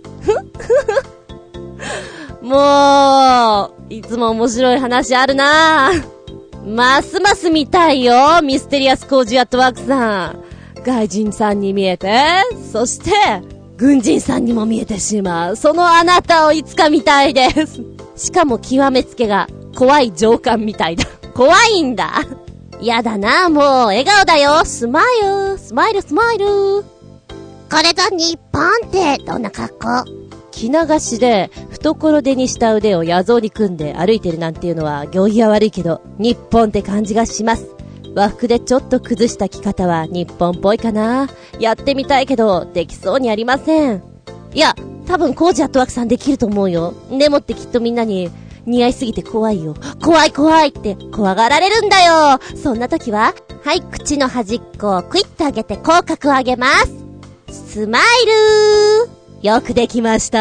Speaker 1: もういつも面白い話あるなぁ。ますます見たいよ、ミステリアスコージアットワークさん。外人さんに見えて、そして軍人さんにも見えてしまう。そのあなたをいつか見たいです。しかも極めつけが怖い上官みたいだ。怖いんだ。やだな、もう笑顔だよ。スマイルスマイルスマイル。これぞ日本ってどんな格好？着流しで懐手にした腕を野象に組んで歩いてるなんていうのは行儀は悪いけど日本って感じがします。和服でちょっと崩した着方は日本っぽいかな。やってみたいけどできそうにありません。いや多分コージアットワークさんできると思うよ。でもってきっとみんなに似合いすぎて怖いよ、怖い怖いって怖がられるんだよ。そんな時ははい、口の端っこをクイッと上げて口角を上げます。スマイル。よくできました。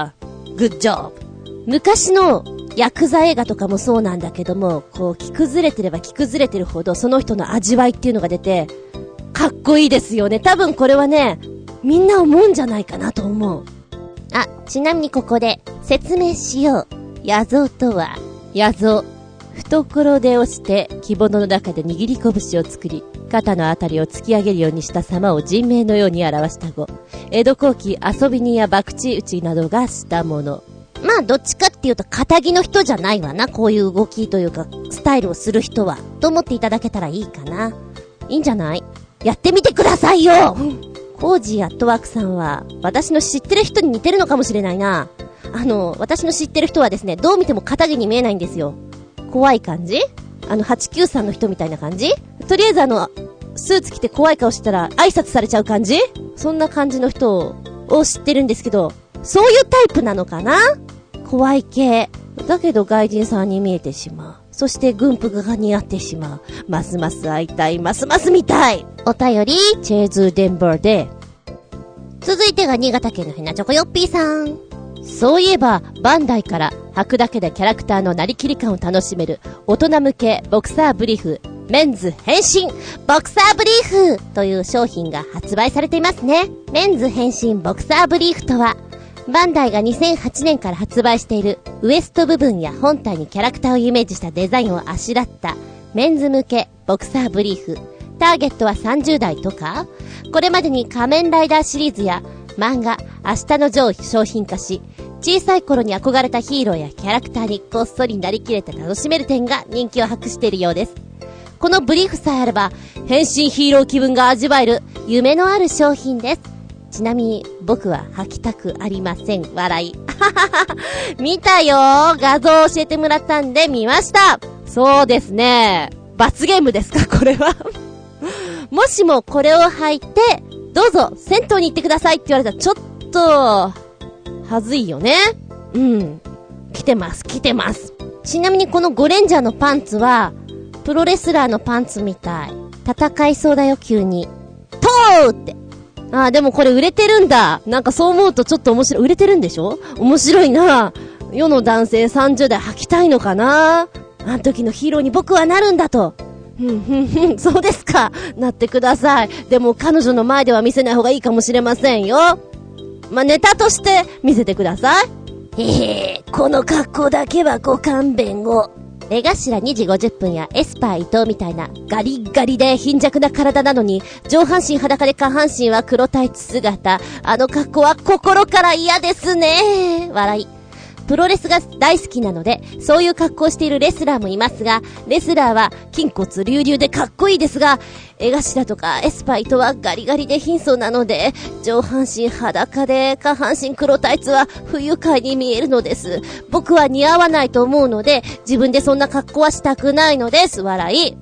Speaker 1: グッジョブ。昔のヤクザ映画とかもそうなんだけども、こう着崩れてれば着崩れてるほどその人の味わいっていうのが出てかっこいいですよね。多分これはねみんな思うんじゃないかなと思う。ちなみにここで説明しよう。野象とは野象、
Speaker 2: 懐で押して着物の中で握り拳を作り、肩のあたりを突き上げるようにした様を人名のように表した語。江戸後期遊び人や博打打ちなどがしたもの。
Speaker 1: まあどっちかっていうと肩着の人じゃないわな、こういう動きというかスタイルをする人はと思っていただけたらいいかな。いいんじゃない？やってみてくださいよ。コージーアットワークさんは私の知ってる人に似てるのかもしれないな。私の知ってる人はですね、どう見ても肩着に見えないんですよ。怖い感じ？893の人みたいな感じ？とりあえずスーツ着て怖い顔したら挨拶されちゃう感じ？そんな感じの人を知ってるんですけど、そういうタイプなのかな？怖い系。だけど外人さんに見えてしまう。そして軍服が似合ってしまう。ますます会いたい、ますます見たい。お便り、チェーズーデンバーで。続いてが新潟県のヘナチョコヨッピーさん。そういえば、バンダイから履くだけでキャラクターのなりきり感を楽しめる大人向けボクサーブリーフ、メンズ変身ボクサーブリーフという商品が発売されていますね。メンズ変身ボクサーブリーフとは、バンダイが2008年から発売しているウエスト部分や本体にキャラクターをイメージしたデザインをあしらったメンズ向けボクサーブリーフ。ターゲットは30代とか、これまでに仮面ライダーシリーズや漫画明日のジョー商品化し、小さい頃に憧れたヒーローやキャラクターにこっそりなりきれて楽しめる点が人気を博しているようです。このブリーフさえあれば変身ヒーロー気分が味わえる夢のある商品です。ちなみに僕は履きたくありません。笑い。見たよ。画像を教えてもらったんで見ました。そうですね。罰ゲームですかこれは。もしもこれを履いてどうぞ銭湯に行ってくださいって言われたらちょっとはずいよね。うん。来てます。ちなみにこのゴレンジャーのパンツはプロレスラーのパンツみたい。戦いそうだよ急に。トーって。でもこれ売れてるんだ。なんかそう思うとちょっと面白い。売れてるんでしょ？面白いな。世の男性30代履きたいのかな。あの時のヒーローに僕はなるんだと。そうですか。なってください。でも彼女の前では見せない方がいいかもしれませんよ。ネタとして見せてください。この格好だけはご勘弁を。江頭2時50分やエスパー伊藤みたいなガリッガリで貧弱な体なのに上半身裸で下半身は黒タイツ姿。あの格好は心から嫌ですね。笑い。プロレスが大好きなのでそういう格好をしているレスラーもいますが、レスラーは筋骨隆々でかっこいいですが、江頭とかエスパイとはガリガリで貧相なので上半身裸で下半身黒タイツは不愉快に見えるのです。僕は似合わないと思うので自分でそんな格好はしたくないのです。笑い。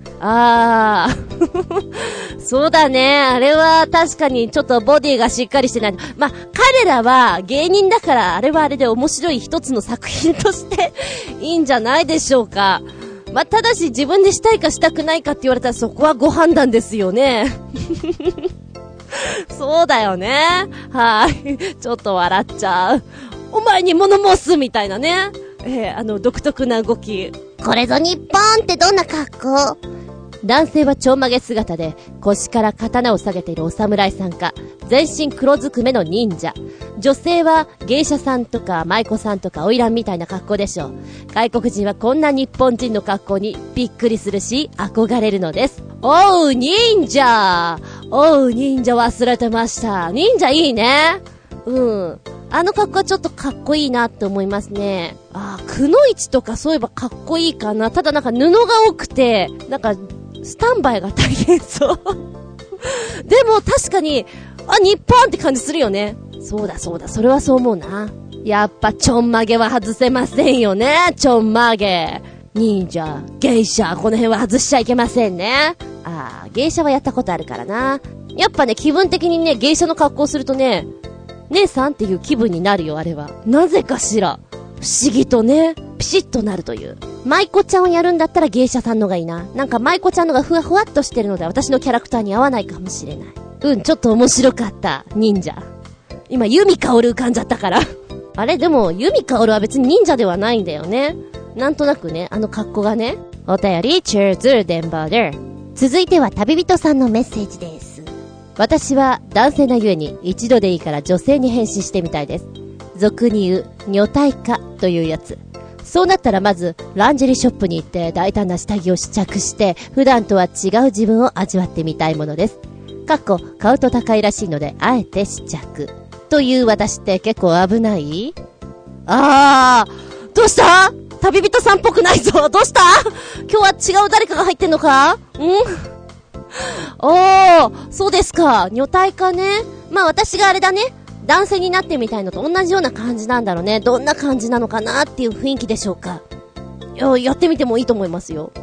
Speaker 1: そうだね。あれは確かにちょっとボディがしっかりしてない。彼らは芸人だからあれはあれで面白い一つの作品としていいんじゃないでしょうか。ただし自分でしたいかしたくないかって言われたらそこはご判断ですよね。そうだよね。はい。ちょっと笑っちゃう。お前に物申すみたいなね。独特な動き。 これぞ日本ってどんな格好？
Speaker 2: 男性はちょんまげ姿で腰から刀を下げているお侍さんか、全身黒ずくめの忍者。女性は芸者さんとか舞妓さんとか花魁みたいな格好でしょう。外国人はこんな日本人の格好にびっくりするし憧れるのです。おう忍者忘れてました。忍者いいね。あの格好はちょっとかっこいいなって思いますね。くのいちとかそういえばかっこいいかな。ただなんか布が多くてスタンバイが大変そうでも確かに日本って感じするよね。そうだそれはそう思うな。やっぱちょんまげは外せませんよね。ちょんまげ、忍者、芸者、この辺は外しちゃいけませんね。芸者はやったことあるからな。やっぱね、気分的にね、芸者の格好するとね、姉さんっていう気分になるよ。あれはなぜかしら不思議とね、ピシッとなるという。舞妓ちゃんをやるんだったら芸者さんのがいいな。なんか舞妓ちゃんのがふわふわっとしてるので私のキャラクターに合わないかもしれない。ちょっと面白かった。忍者。今ユミカオル浮かんじゃったからあれでもユミカオルは別に忍者ではないんだよね。なんとなくね、あの格好がね。お便りチェーズデンバーデー。続いては旅人さんのメッセージです。私は男性なゆえに一度でいいから女性に変身してみたいです。俗に言う女体化というやつ。 そうなったらまずランジェリーショップに行って大胆な下着を試着して普段とは違う自分を味わってみたいものです。買うと高いらしいのであえて試着という私って結構危ない？どうした？旅人さんっぽくないぞ。どうした？今日は違う誰かが入ってんのか？そうですか。女体かね。まあ私があれだね。男性になってみたいのと同じような感じなんだろうね。どんな感じなのかなっていう雰囲気でしょうか。やってみてもいいと思いますよ。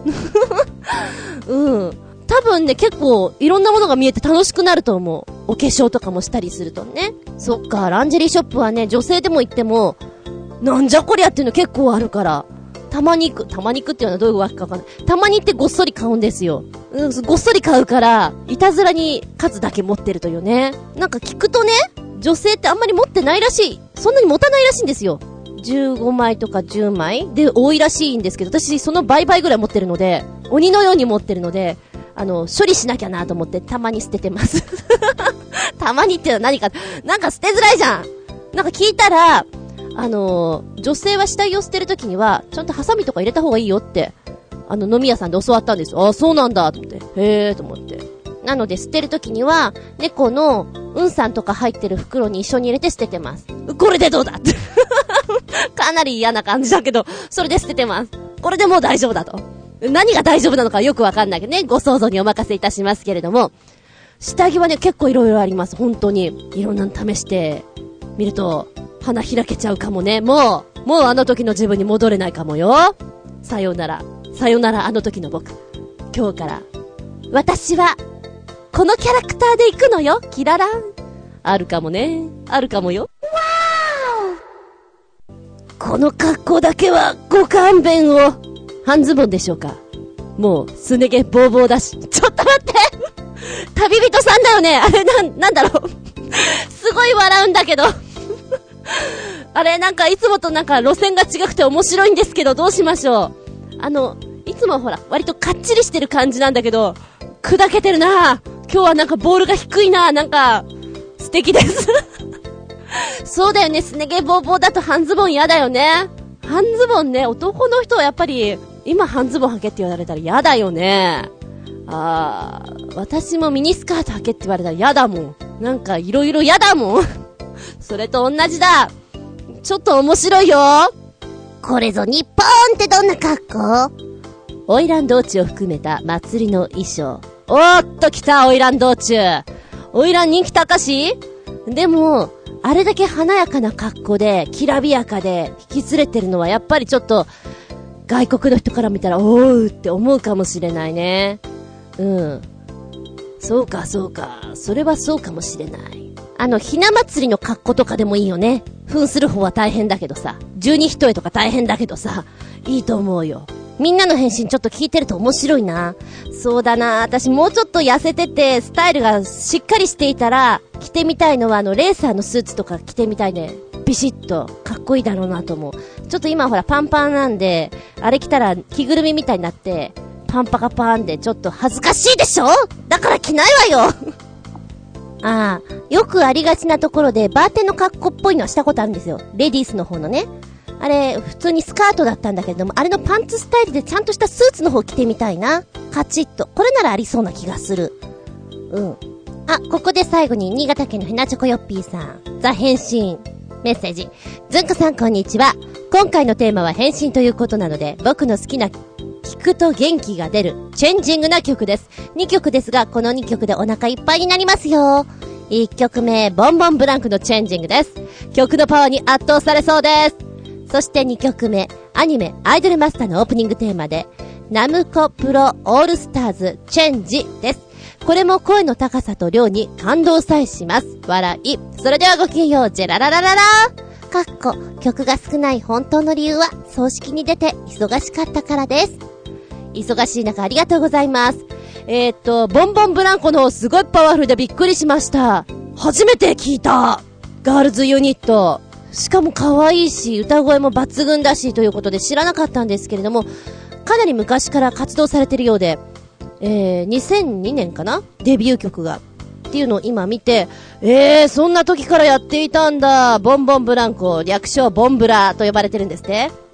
Speaker 2: 多分ね、結構いろんなものが見えて楽しくなると思う。お化粧とかもしたりするとね。そっか、ランジェリーショップはね、女性でも行っても、なんじゃこりゃっていうの結構あるから、たまに行くっていうのはどういうわけかわかんない。たまに行ってごっそり買うんですよ。ごっそり買うから、いたずらに数だけ持ってるというね。なんか聞くとね、女性ってあんまり持ってないらしい。そんなに持たないらしいんですよ。15枚とか10枚で多いらしいんですけど、私その倍々ぐらい持ってるので、鬼のように持ってるので、処理しなきゃなと思ってたまに捨ててます。たまにっていうのは何か、なんか捨てづらいじゃん。なんか聞いたら、女性は下着を捨てるときには、ちゃんとハサミとか入れた方がいいよって、飲み屋さんで教わったんですよ。そうなんだと思って。へーと思って。なので捨てるときには、猫のうんさんとか入ってる袋に一緒に入れて捨ててます。これでどうだって。かなり嫌な感じだけど、それで捨ててます。これでもう大丈夫だと。何が大丈夫なのかよくわかんないけどね、ご想像にお任せいたしますけれども、下着はね、結構いろいろあります。本当に。いろんなの試してみると、花開けちゃうかもね。もうあの時の自分に戻れないかもよ。さよならあの時の僕。今日から、私は、このキャラクターで行くのよ、キララン。あるかもね。あるかもよ。この格好だけはご勘弁を。半ズボンでしょうか。もうすね毛ボーボーだし。ちょっと待って。旅人さんだよね。あれなんだろう。すごい笑うんだけど。あれなんかいつもとなんか路線が違くて面白いんですけど、どうしましょう。いつもほら割とかっちりしてる感じなんだけど、砕けてるな。今日はなんかボールが低いな。なんか素敵です。そうだよね。すね毛ボーボーだと半ズボン嫌だよね。半ズボンね、男の人はやっぱり今半ズボン履けって言われたら嫌だよね。私もミニスカート履けって言われたら嫌だもん。なんかいろいろ嫌だもん。それと同じだ。ちょっと面白いよ。
Speaker 1: これぞ日本ってどんな格好？
Speaker 2: 花魁道中を含めた祭りの衣装。おーっと来た、花魁道中。花魁人気高し？でもあれだけ華やかな格好できらびやかで引き連れてるのはやっぱりちょっと外国の人から見たらおーって思うかもしれないね。そうかそれはそうかもしれない。ひな祭りの格好とかでもいいよね。扮する方は大変だけどさ、十二一重とか大変だけどさ、いいと思うよ。みんなの返信ちょっと聞いてると面白いな。そうだな、私もうちょっと痩せててスタイルがしっかりしていたら着てみたいのはレーサーのスーツとか着てみたいね。ビシッとかっこいいだろうなと思う。ちょっと今ほらパンパンなんで、あれ着たら着ぐるみみたいになってパンパカパンでちょっと恥ずかしいでしょ。だから着ないわよ。よくありがちなところでバーテンの格好っぽいのはしたことあるんですよ。レディースの方のね。あれ普通にスカートだったんだけれども、あれのパンツスタイルでちゃんとしたスーツの方着てみたいな。カチッとこれならありそうな気がする。ここで最後に新潟県のひなチョコヨッピーさん、ザ返信メッセージ。ずんこさんこんにちは。今回のテーマは返信ということなので、僕の好きな聞くと元気が出るチェンジングな曲です。2曲ですが、この2曲でお腹いっぱいになりますよ。1曲目、ボンボンブランクのチェンジングです。曲のパワーに圧倒されそうです。そして2曲目、アニメアイドルマスターのオープニングテーマで、ナムコプロオールスターズチェンジです。これも声の高さと量に感動さえします。笑い。それではごきげんよう、ジェラララララ曲が少ない本当の理由は葬式に出て忙しかったからです。忙しい中ありがとうございます。ボンボンブランコのすごいパワフルでびっくりしました。初めて聞いたガールズユニット。しかも可愛いし歌声も抜群だしということで知らなかったんですけれども、かなり昔から活動されているようで、2002年かな、デビュー曲がっていうのを今見て、そんな時からやっていたんだ。ボンボンブランコ、略称ボンブラと呼ばれてるんですね。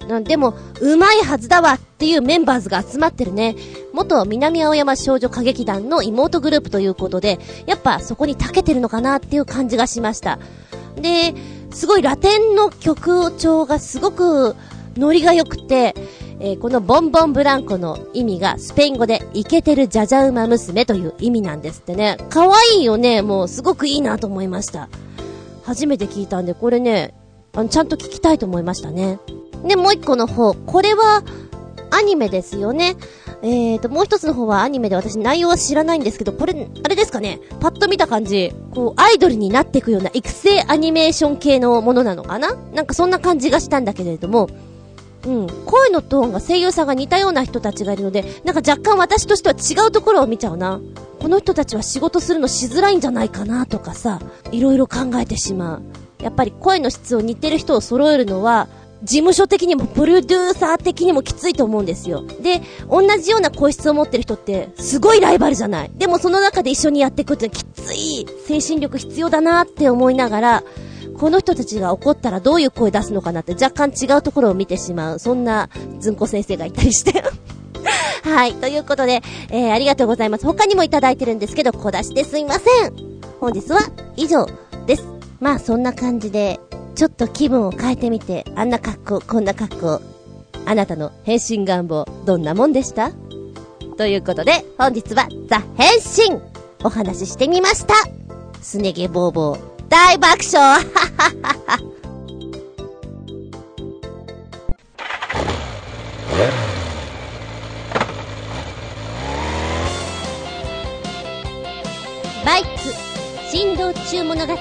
Speaker 2: でも、うまいはずだわっていうメンバーズが集まってるね。元南青山少女歌劇団の妹グループということで、やっぱそこに長けてるのかなっていう感じがしました。で、すごいラテンの曲調がすごくノリが良くて、このボンボンブランコの意味がスペイン語でイケてるジャジャ馬娘という意味なんですってね。可愛いよね。もうすごくいいなと思いました。初めて聞いたんで、これね、ちゃんと聞きたいと思いましたね。で、もう一個の方、これはアニメですよね。もう一つの方はアニメで私内容は知らないんですけど、これ、あれですかね、パッと見た感じ、こう、アイドルになっていくような育成アニメーション系のものなのかな？なんかそんな感じがしたんだけれども、声のトーンが声優さんが似たような人たちがいるので、なんか若干私としては違うところを見ちゃうな。この人たちは仕事するのしづらいんじゃないかなとかさ、いろいろ考えてしまう。やっぱり声の質を似てる人を揃えるのは、事務所的にもプロデューサー的にもきついと思うんですよ。で、同じような声質を持ってる人ってすごいライバルじゃない。でもその中で一緒にやっていくってきつい精神力必要だなって思いながら、この人たちが怒ったらどういう声出すのかなって若干違うところを見てしまう、そんなずんこ先生がいたりしてはい、ということで、ありがとうございます。他にもいただいてるんですけど、小出しですいません。本日は以上です。まあそんな感じでちょっと気分を変えてみて、あんな格好こんな格好、あなたの変身願望どんなもんでした？ということで本日はザ変身お話ししてみました。すね毛ボーボー大爆笑バイク振動中物語。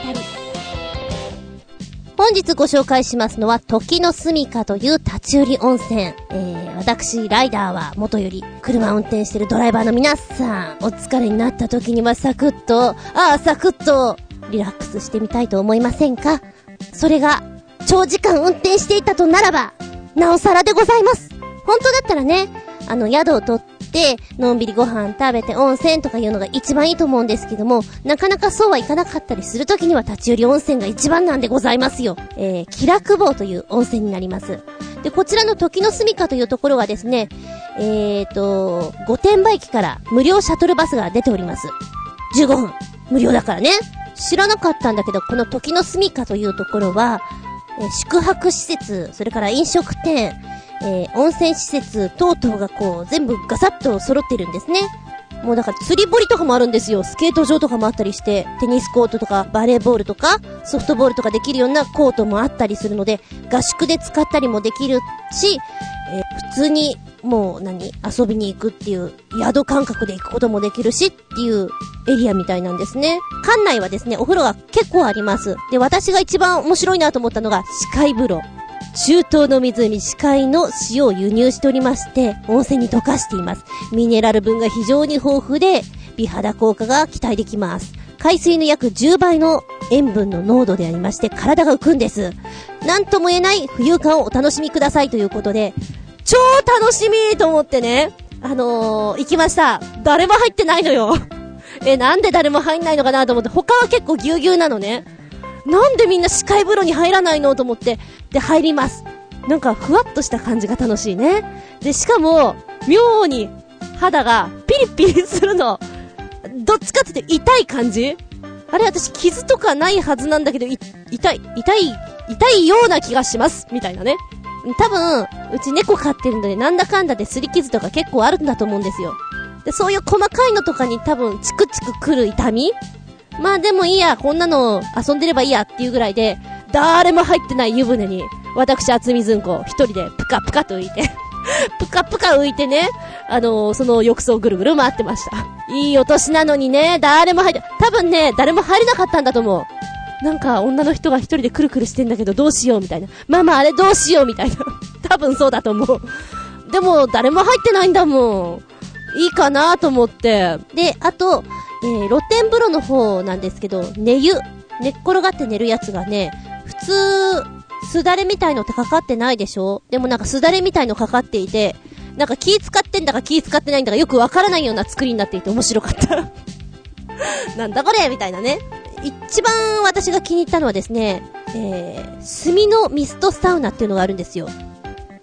Speaker 2: 本日ご紹介しますのは時の住処という立ち寄り温泉。私ライダーは元より車を運転しているドライバーの皆さん、お疲れになった時にはサクッとリラックスしてみたいと思いませんか？それが長時間運転していたとならばなおさらでございます。本当だったらね、宿を取ってのんびりご飯食べて温泉とかいうのが一番いいと思うんですけども、なかなかそうはいかなかったりするときには立ち寄り温泉が一番なんでございますよ。気楽坊という温泉になります。で、こちらの時の住処というところはですね、御殿場駅から無料シャトルバスが出ております。15分無料だからね。知らなかったんだけど、この時の住処というところは、宿泊施設、それから飲食店、温泉施設等々がこう全部ガサッと揃ってるんですね。もうだから釣り堀とかもあるんですよ。スケート場とかもあったりして、テニスコートとかバレーボールとかソフトボールとかできるようなコートもあったりするので、合宿で使ったりもできるし、普通にもう遊びに行くっていう宿感覚で行くこともできるしっていうエリアみたいなんですね。館内はですね、お風呂が結構あります。で、私が一番面白いなと思ったのが死海風呂。中東の湖死海の塩を輸入しておりまして、温泉に溶かしています。ミネラル分が非常に豊富で美肌効果が期待できます。海水の約10倍の塩分の濃度でありまして、体が浮くんです。なんとも言えない浮遊感をお楽しみくださいということで、超楽しみと思ってね、行きました。誰も入ってないのよなんで誰も入んないのかなと思って、他は結構ぎゅうぎゅうなのね。なんでみんな死海風呂に入らないのと思って、で入ります。なんかふわっとした感じが楽しいね。でしかも妙に肌がピリピリするの。どっちかって痛い感じ？あれ私傷とかないはずなんだけど、痛いような気がしますみたいなね。多分うち猫飼ってるので、なんだかんだですり傷とか結構あるんだと思うんですよ。でそういう細かいのとかに多分チクチクくる痛み、まあでもいいや、こんなの遊んでればいいやっていうぐらいで、誰も入ってない湯船に私厚みずんこ一人でプカプカと浮いてプカプカ浮いてね、その浴槽をぐるぐる回ってました。いいお年なのにね、誰も入って、多分ね誰も入れなかったんだと思う。なんか女の人が一人でクルクルしてんだけどどうしようみたいな、ママあれどうしようみたいな多分そうだと思う。でも誰も入ってないんだもん。いいかなと思って。で、あと露天風呂の方なんですけど、寝っ転がって寝るやつがね、普通すだれみたいのってかかってないでしょ。でもなんかすだれみたいのかかっていて、なんか気使ってんだか気使ってないんだかよくわからないような作りになっていて面白かったなんだこれみたいなね。一番私が気に入ったのはですね、炭のミストサウナっていうのがあるんですよ。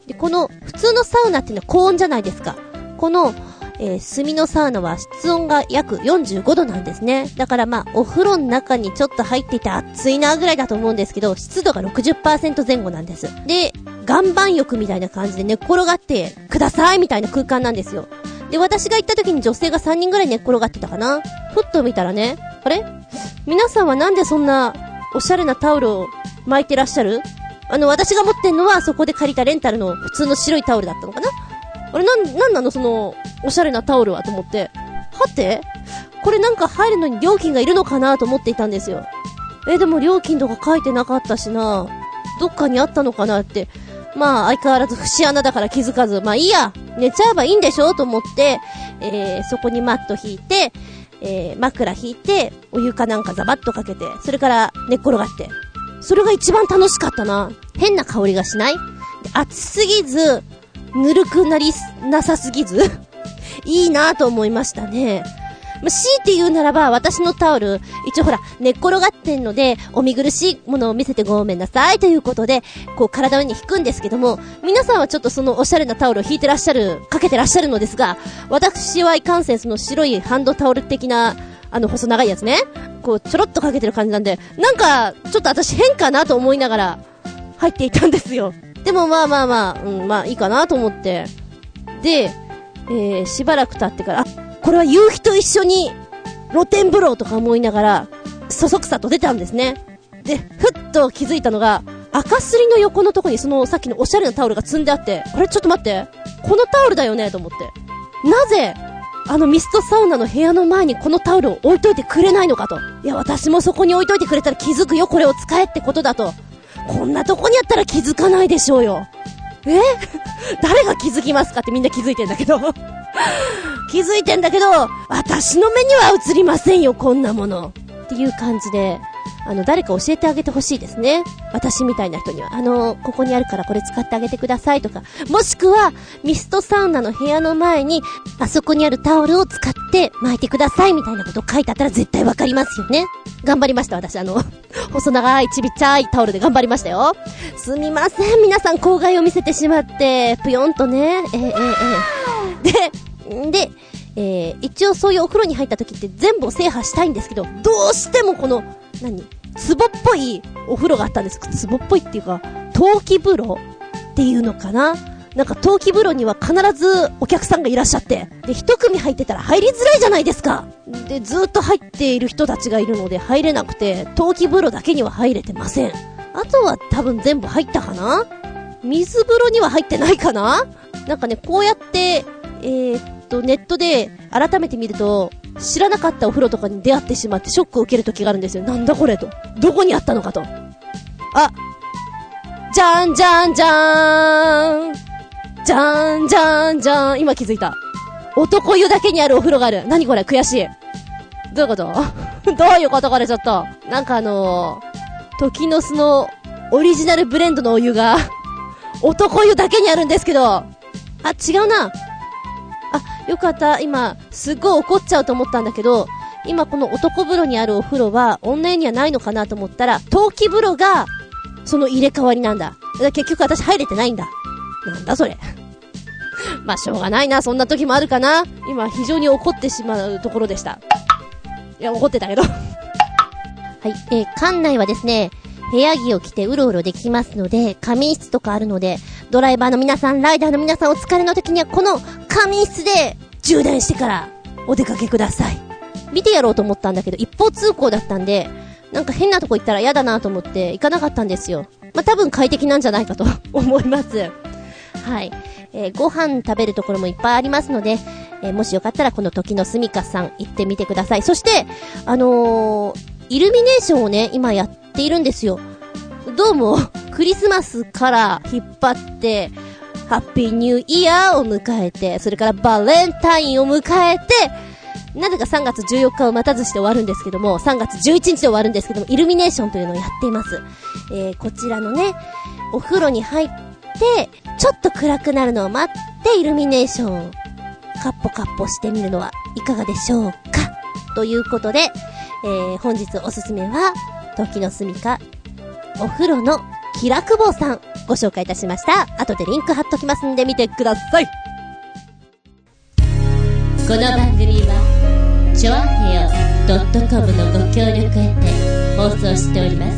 Speaker 1: で、この普通のサウナっていうのは高温じゃないですか。この、炭のサウナは室温が約45度なんですね。だからまあ、お風呂の中にちょっと入っていて暑いなぐらいだと思うんですけど、湿度が 60% 前後なんです。で、岩盤浴みたいな感じで寝っ転がってくださいみたいな空間なんですよ。で、私が行った時に女性が3人ぐらい寝っ転がってたかな。ふっと見たらね、あれ？皆さんはなんでそんなおしゃれなタオルを巻いてらっしゃる？私が持ってんのはそこで借りたレンタルの普通の白いタオルだったのかな。あれなんなのそのおしゃれなタオルはと思って、はてこれなんか入るのに料金がいるのかなと思っていたんですよ。でも料金とか書いてなかったしな、どっかにあったのかなって。まあ相変わらず節穴だから気づかず、まあいいや、寝ちゃえばいいんでしょと思って、そこにマット引いて、枕引いて、お湯かなんかザバッとかけて、それから寝っ転がって、それが一番楽しかったな。変な香りがしない？暑すぎずぬるくなさすぎずいいなと思いましたね。強いて言うならば、私のタオル、一応ほら、寝っ転がってんので、お見苦しいものを見せてごめんなさいということで、こう体の上に引くんですけども、皆さんはちょっとそのおしゃれなタオルを引いてらっしゃる、かけてらっしゃるのですが、私はいかんせんその白いハンドタオル的な、細長いやつね、こうちょろっとかけてる感じなんで、なんか、ちょっと私変かなと思いながら、入っていたんですよ。でもまあいいかなと思って。で、しばらく経ってから、これは夕日と一緒に露天風呂とか思いながらそそくさと出たんですね。で、ふっと気づいたのが、赤すりの横のとこにそのさっきのおしゃれなタオルが積んであって、あれちょっと待って、このタオルだよねと思って、なぜミストサウナの部屋の前にこのタオルを置いといてくれないのかと。いや、私もそこに置いといてくれたら気づくよ、これを使えってことだと。こんなとこにあったら気づかないでしょうよ。誰が気づきますかってみんな気づいてんだけど気づいてんだけど、私の目には映りませんよ、こんなものっていう感じで、誰か教えてあげてほしいですね。私みたいな人にはここにあるからこれ使ってあげてくださいとか、もしくはミストサウナの部屋の前にあそこにあるタオルを使って巻いてくださいみたいなことを書いてあったら絶対わかりますよね。頑張りました、私。細長いちびっちゃいタオルで頑張りましたよ。すみません、皆さん口外を見せてしまってぷよんとね。で、一応そういうお風呂に入った時って全部を制覇したいんですけど、どうしてもこの壺っぽいお風呂があったんです。壺っぽいっていうか、陶器風呂っていうのかな。なんか陶器風呂には必ずお客さんがいらっしゃって、で一組入ってたら入りづらいじゃないですか。でずっと入っている人たちがいるので入れなくて、陶器風呂だけには入れてません。あとは多分全部入ったかな。水風呂には入ってないかな。なんかね、こうやってネットで改めて見ると、知らなかったお風呂とかに出会ってしまってショックを受ける時があるんですよ。なんだこれと。どこにあったのかと。じゃんじゃんじゃーん。じゃんじゃんじゃーん。今気づいた。男湯だけにあるお風呂がある。何これ、悔しい。どういうことどういうことこれちょっと。なんか時の巣のオリジナルブレンドのお湯が男湯だけにあるんですけど。違うな。よかった。今すっごい怒っちゃうと思ったんだけど、今この男風呂にあるお風呂は女湯にはないのかなと思ったら、陶器風呂がその入れ替わりなんだ。結局私入れてないんだ。なんだそれまあしょうがないな、そんな時もあるかな。今非常に怒ってしまうところでした。いや、怒ってたけどはい、館内はですね、部屋着を着てうろうろできますので、仮眠室とかあるので、ドライバーの皆さん、ライダーの皆さん、お疲れの時にはこの仮眠室で充電してからお出かけください。見てやろうと思ったんだけど、一方通行だったんで、なんか変なとこ行ったら嫌だなと思って行かなかったんですよ。まあ、多分快適なんじゃないかと思います。はい、ご飯食べるところもいっぱいありますので、もしよかったらこの時のすみかさん行ってみてください。そしてイルミネーションをね、今やっているんですよ。どうもクリスマスから引っ張ってハッピーニューイヤーを迎えて、それからバレンタインを迎えて、なぜか3月14日を待たずして終わるんですけども、3月11日で終わるんですけども、イルミネーションというのをやっています。こちらのね、お風呂に入ってちょっと暗くなるのを待ってイルミネーションカッポカッポしてみるのはいかがでしょうかということで、本日おすすめは時のすみかお風呂の気楽坊さんご紹介いたしました。後でリンク貼っときますんで見てください。
Speaker 2: この番組はちょあへよ .com のご協力を得て放送しております。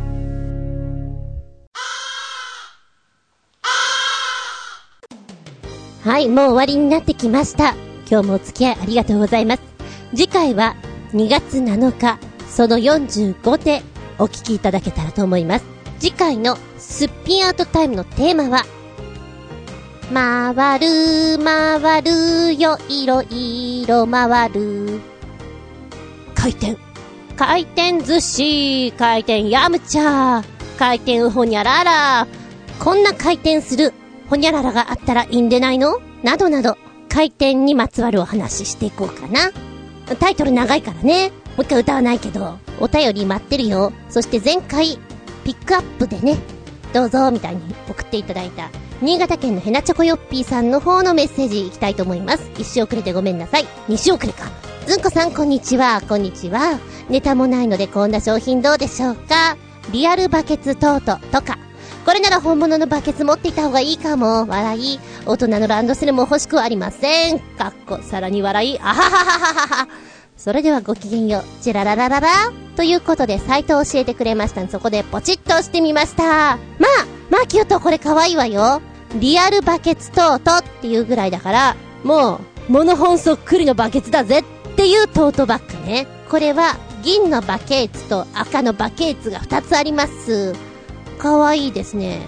Speaker 1: はい、もう終わりになってきました。今日もお付き合いありがとうございます。次回は2月7日その45でお聞きいただけたらと思います。次回のすっぴんアートタイムのテーマは、回る回るよいろいろ回る回転寿司、回転ヤムチャ、回転ほにゃらら、こんな回転するほにゃららがあったらいいんでないの、などなど回転にまつわるお話していこうかな。タイトル長いからね、もう一回歌わないけどお便り待ってるよ。そして前回ピックアップでね、どうぞみたいに送っていただいた新潟県のヘナチョコヨッピーさんの方のメッセージいきたいと思います。1週遅れでごめんなさい。2週遅れか。ずんこさんこんにちは。こんにちは。ネタもないのでこんな商品どうでしょうか。リアルバケツトートとか、これなら本物のバケツ持っていた方がいいかも。笑い。大人のランドセルも欲しくはありません。かっこさらに笑い。あははははは。それではごきげんよう。チラララララということでサイトを教えてくれましたので、そこでポチッと押してみました。まあキヨトこれ可愛いわよ。リアルバケツトートっていうぐらいだから、もうモノ本そっくりのバケツだぜっていうトートバッグね。これは銀のバケツと赤のバケツが2つあります。可愛いですね。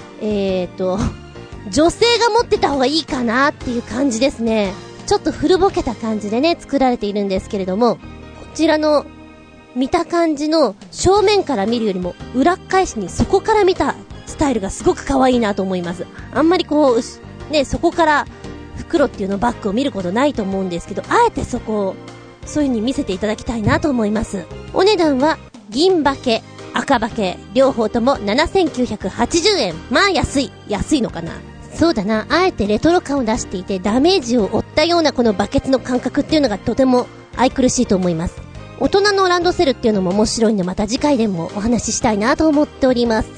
Speaker 1: 女性が持ってた方がいいかなっていう感じですね。ちょっと古ぼけた感じでね作られているんですけれども、こちらの見た感じの正面から見るよりも裏返しにそこから見たスタイルがすごく可愛いなと思います。あんまりこうね、そこから袋っていうのバッグを見ることないと思うんですけど、あえてそこをそういう風に見せていただきたいなと思います。お値段は銀バケ赤バケ両方とも7980円。まあ安いのかな。そうだな、あえてレトロ感を出していてダメージを負ったようなこのバケツの感覚っていうのがとても愛くるしいと思います。大人のランドセルっていうのも面白いんで、また次回でもお話ししたいなと思っております。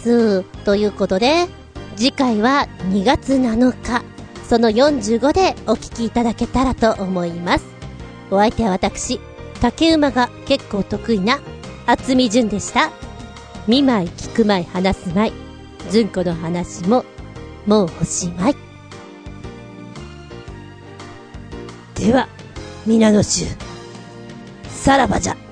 Speaker 1: ということで次回は2月7日その45でお聞きいただけたらと思います。お相手は私、竹馬が結構得意な厚見純でした。見舞い聞く舞い話す舞い、純子の話ももうおしまい。では皆の衆さらばじゃ。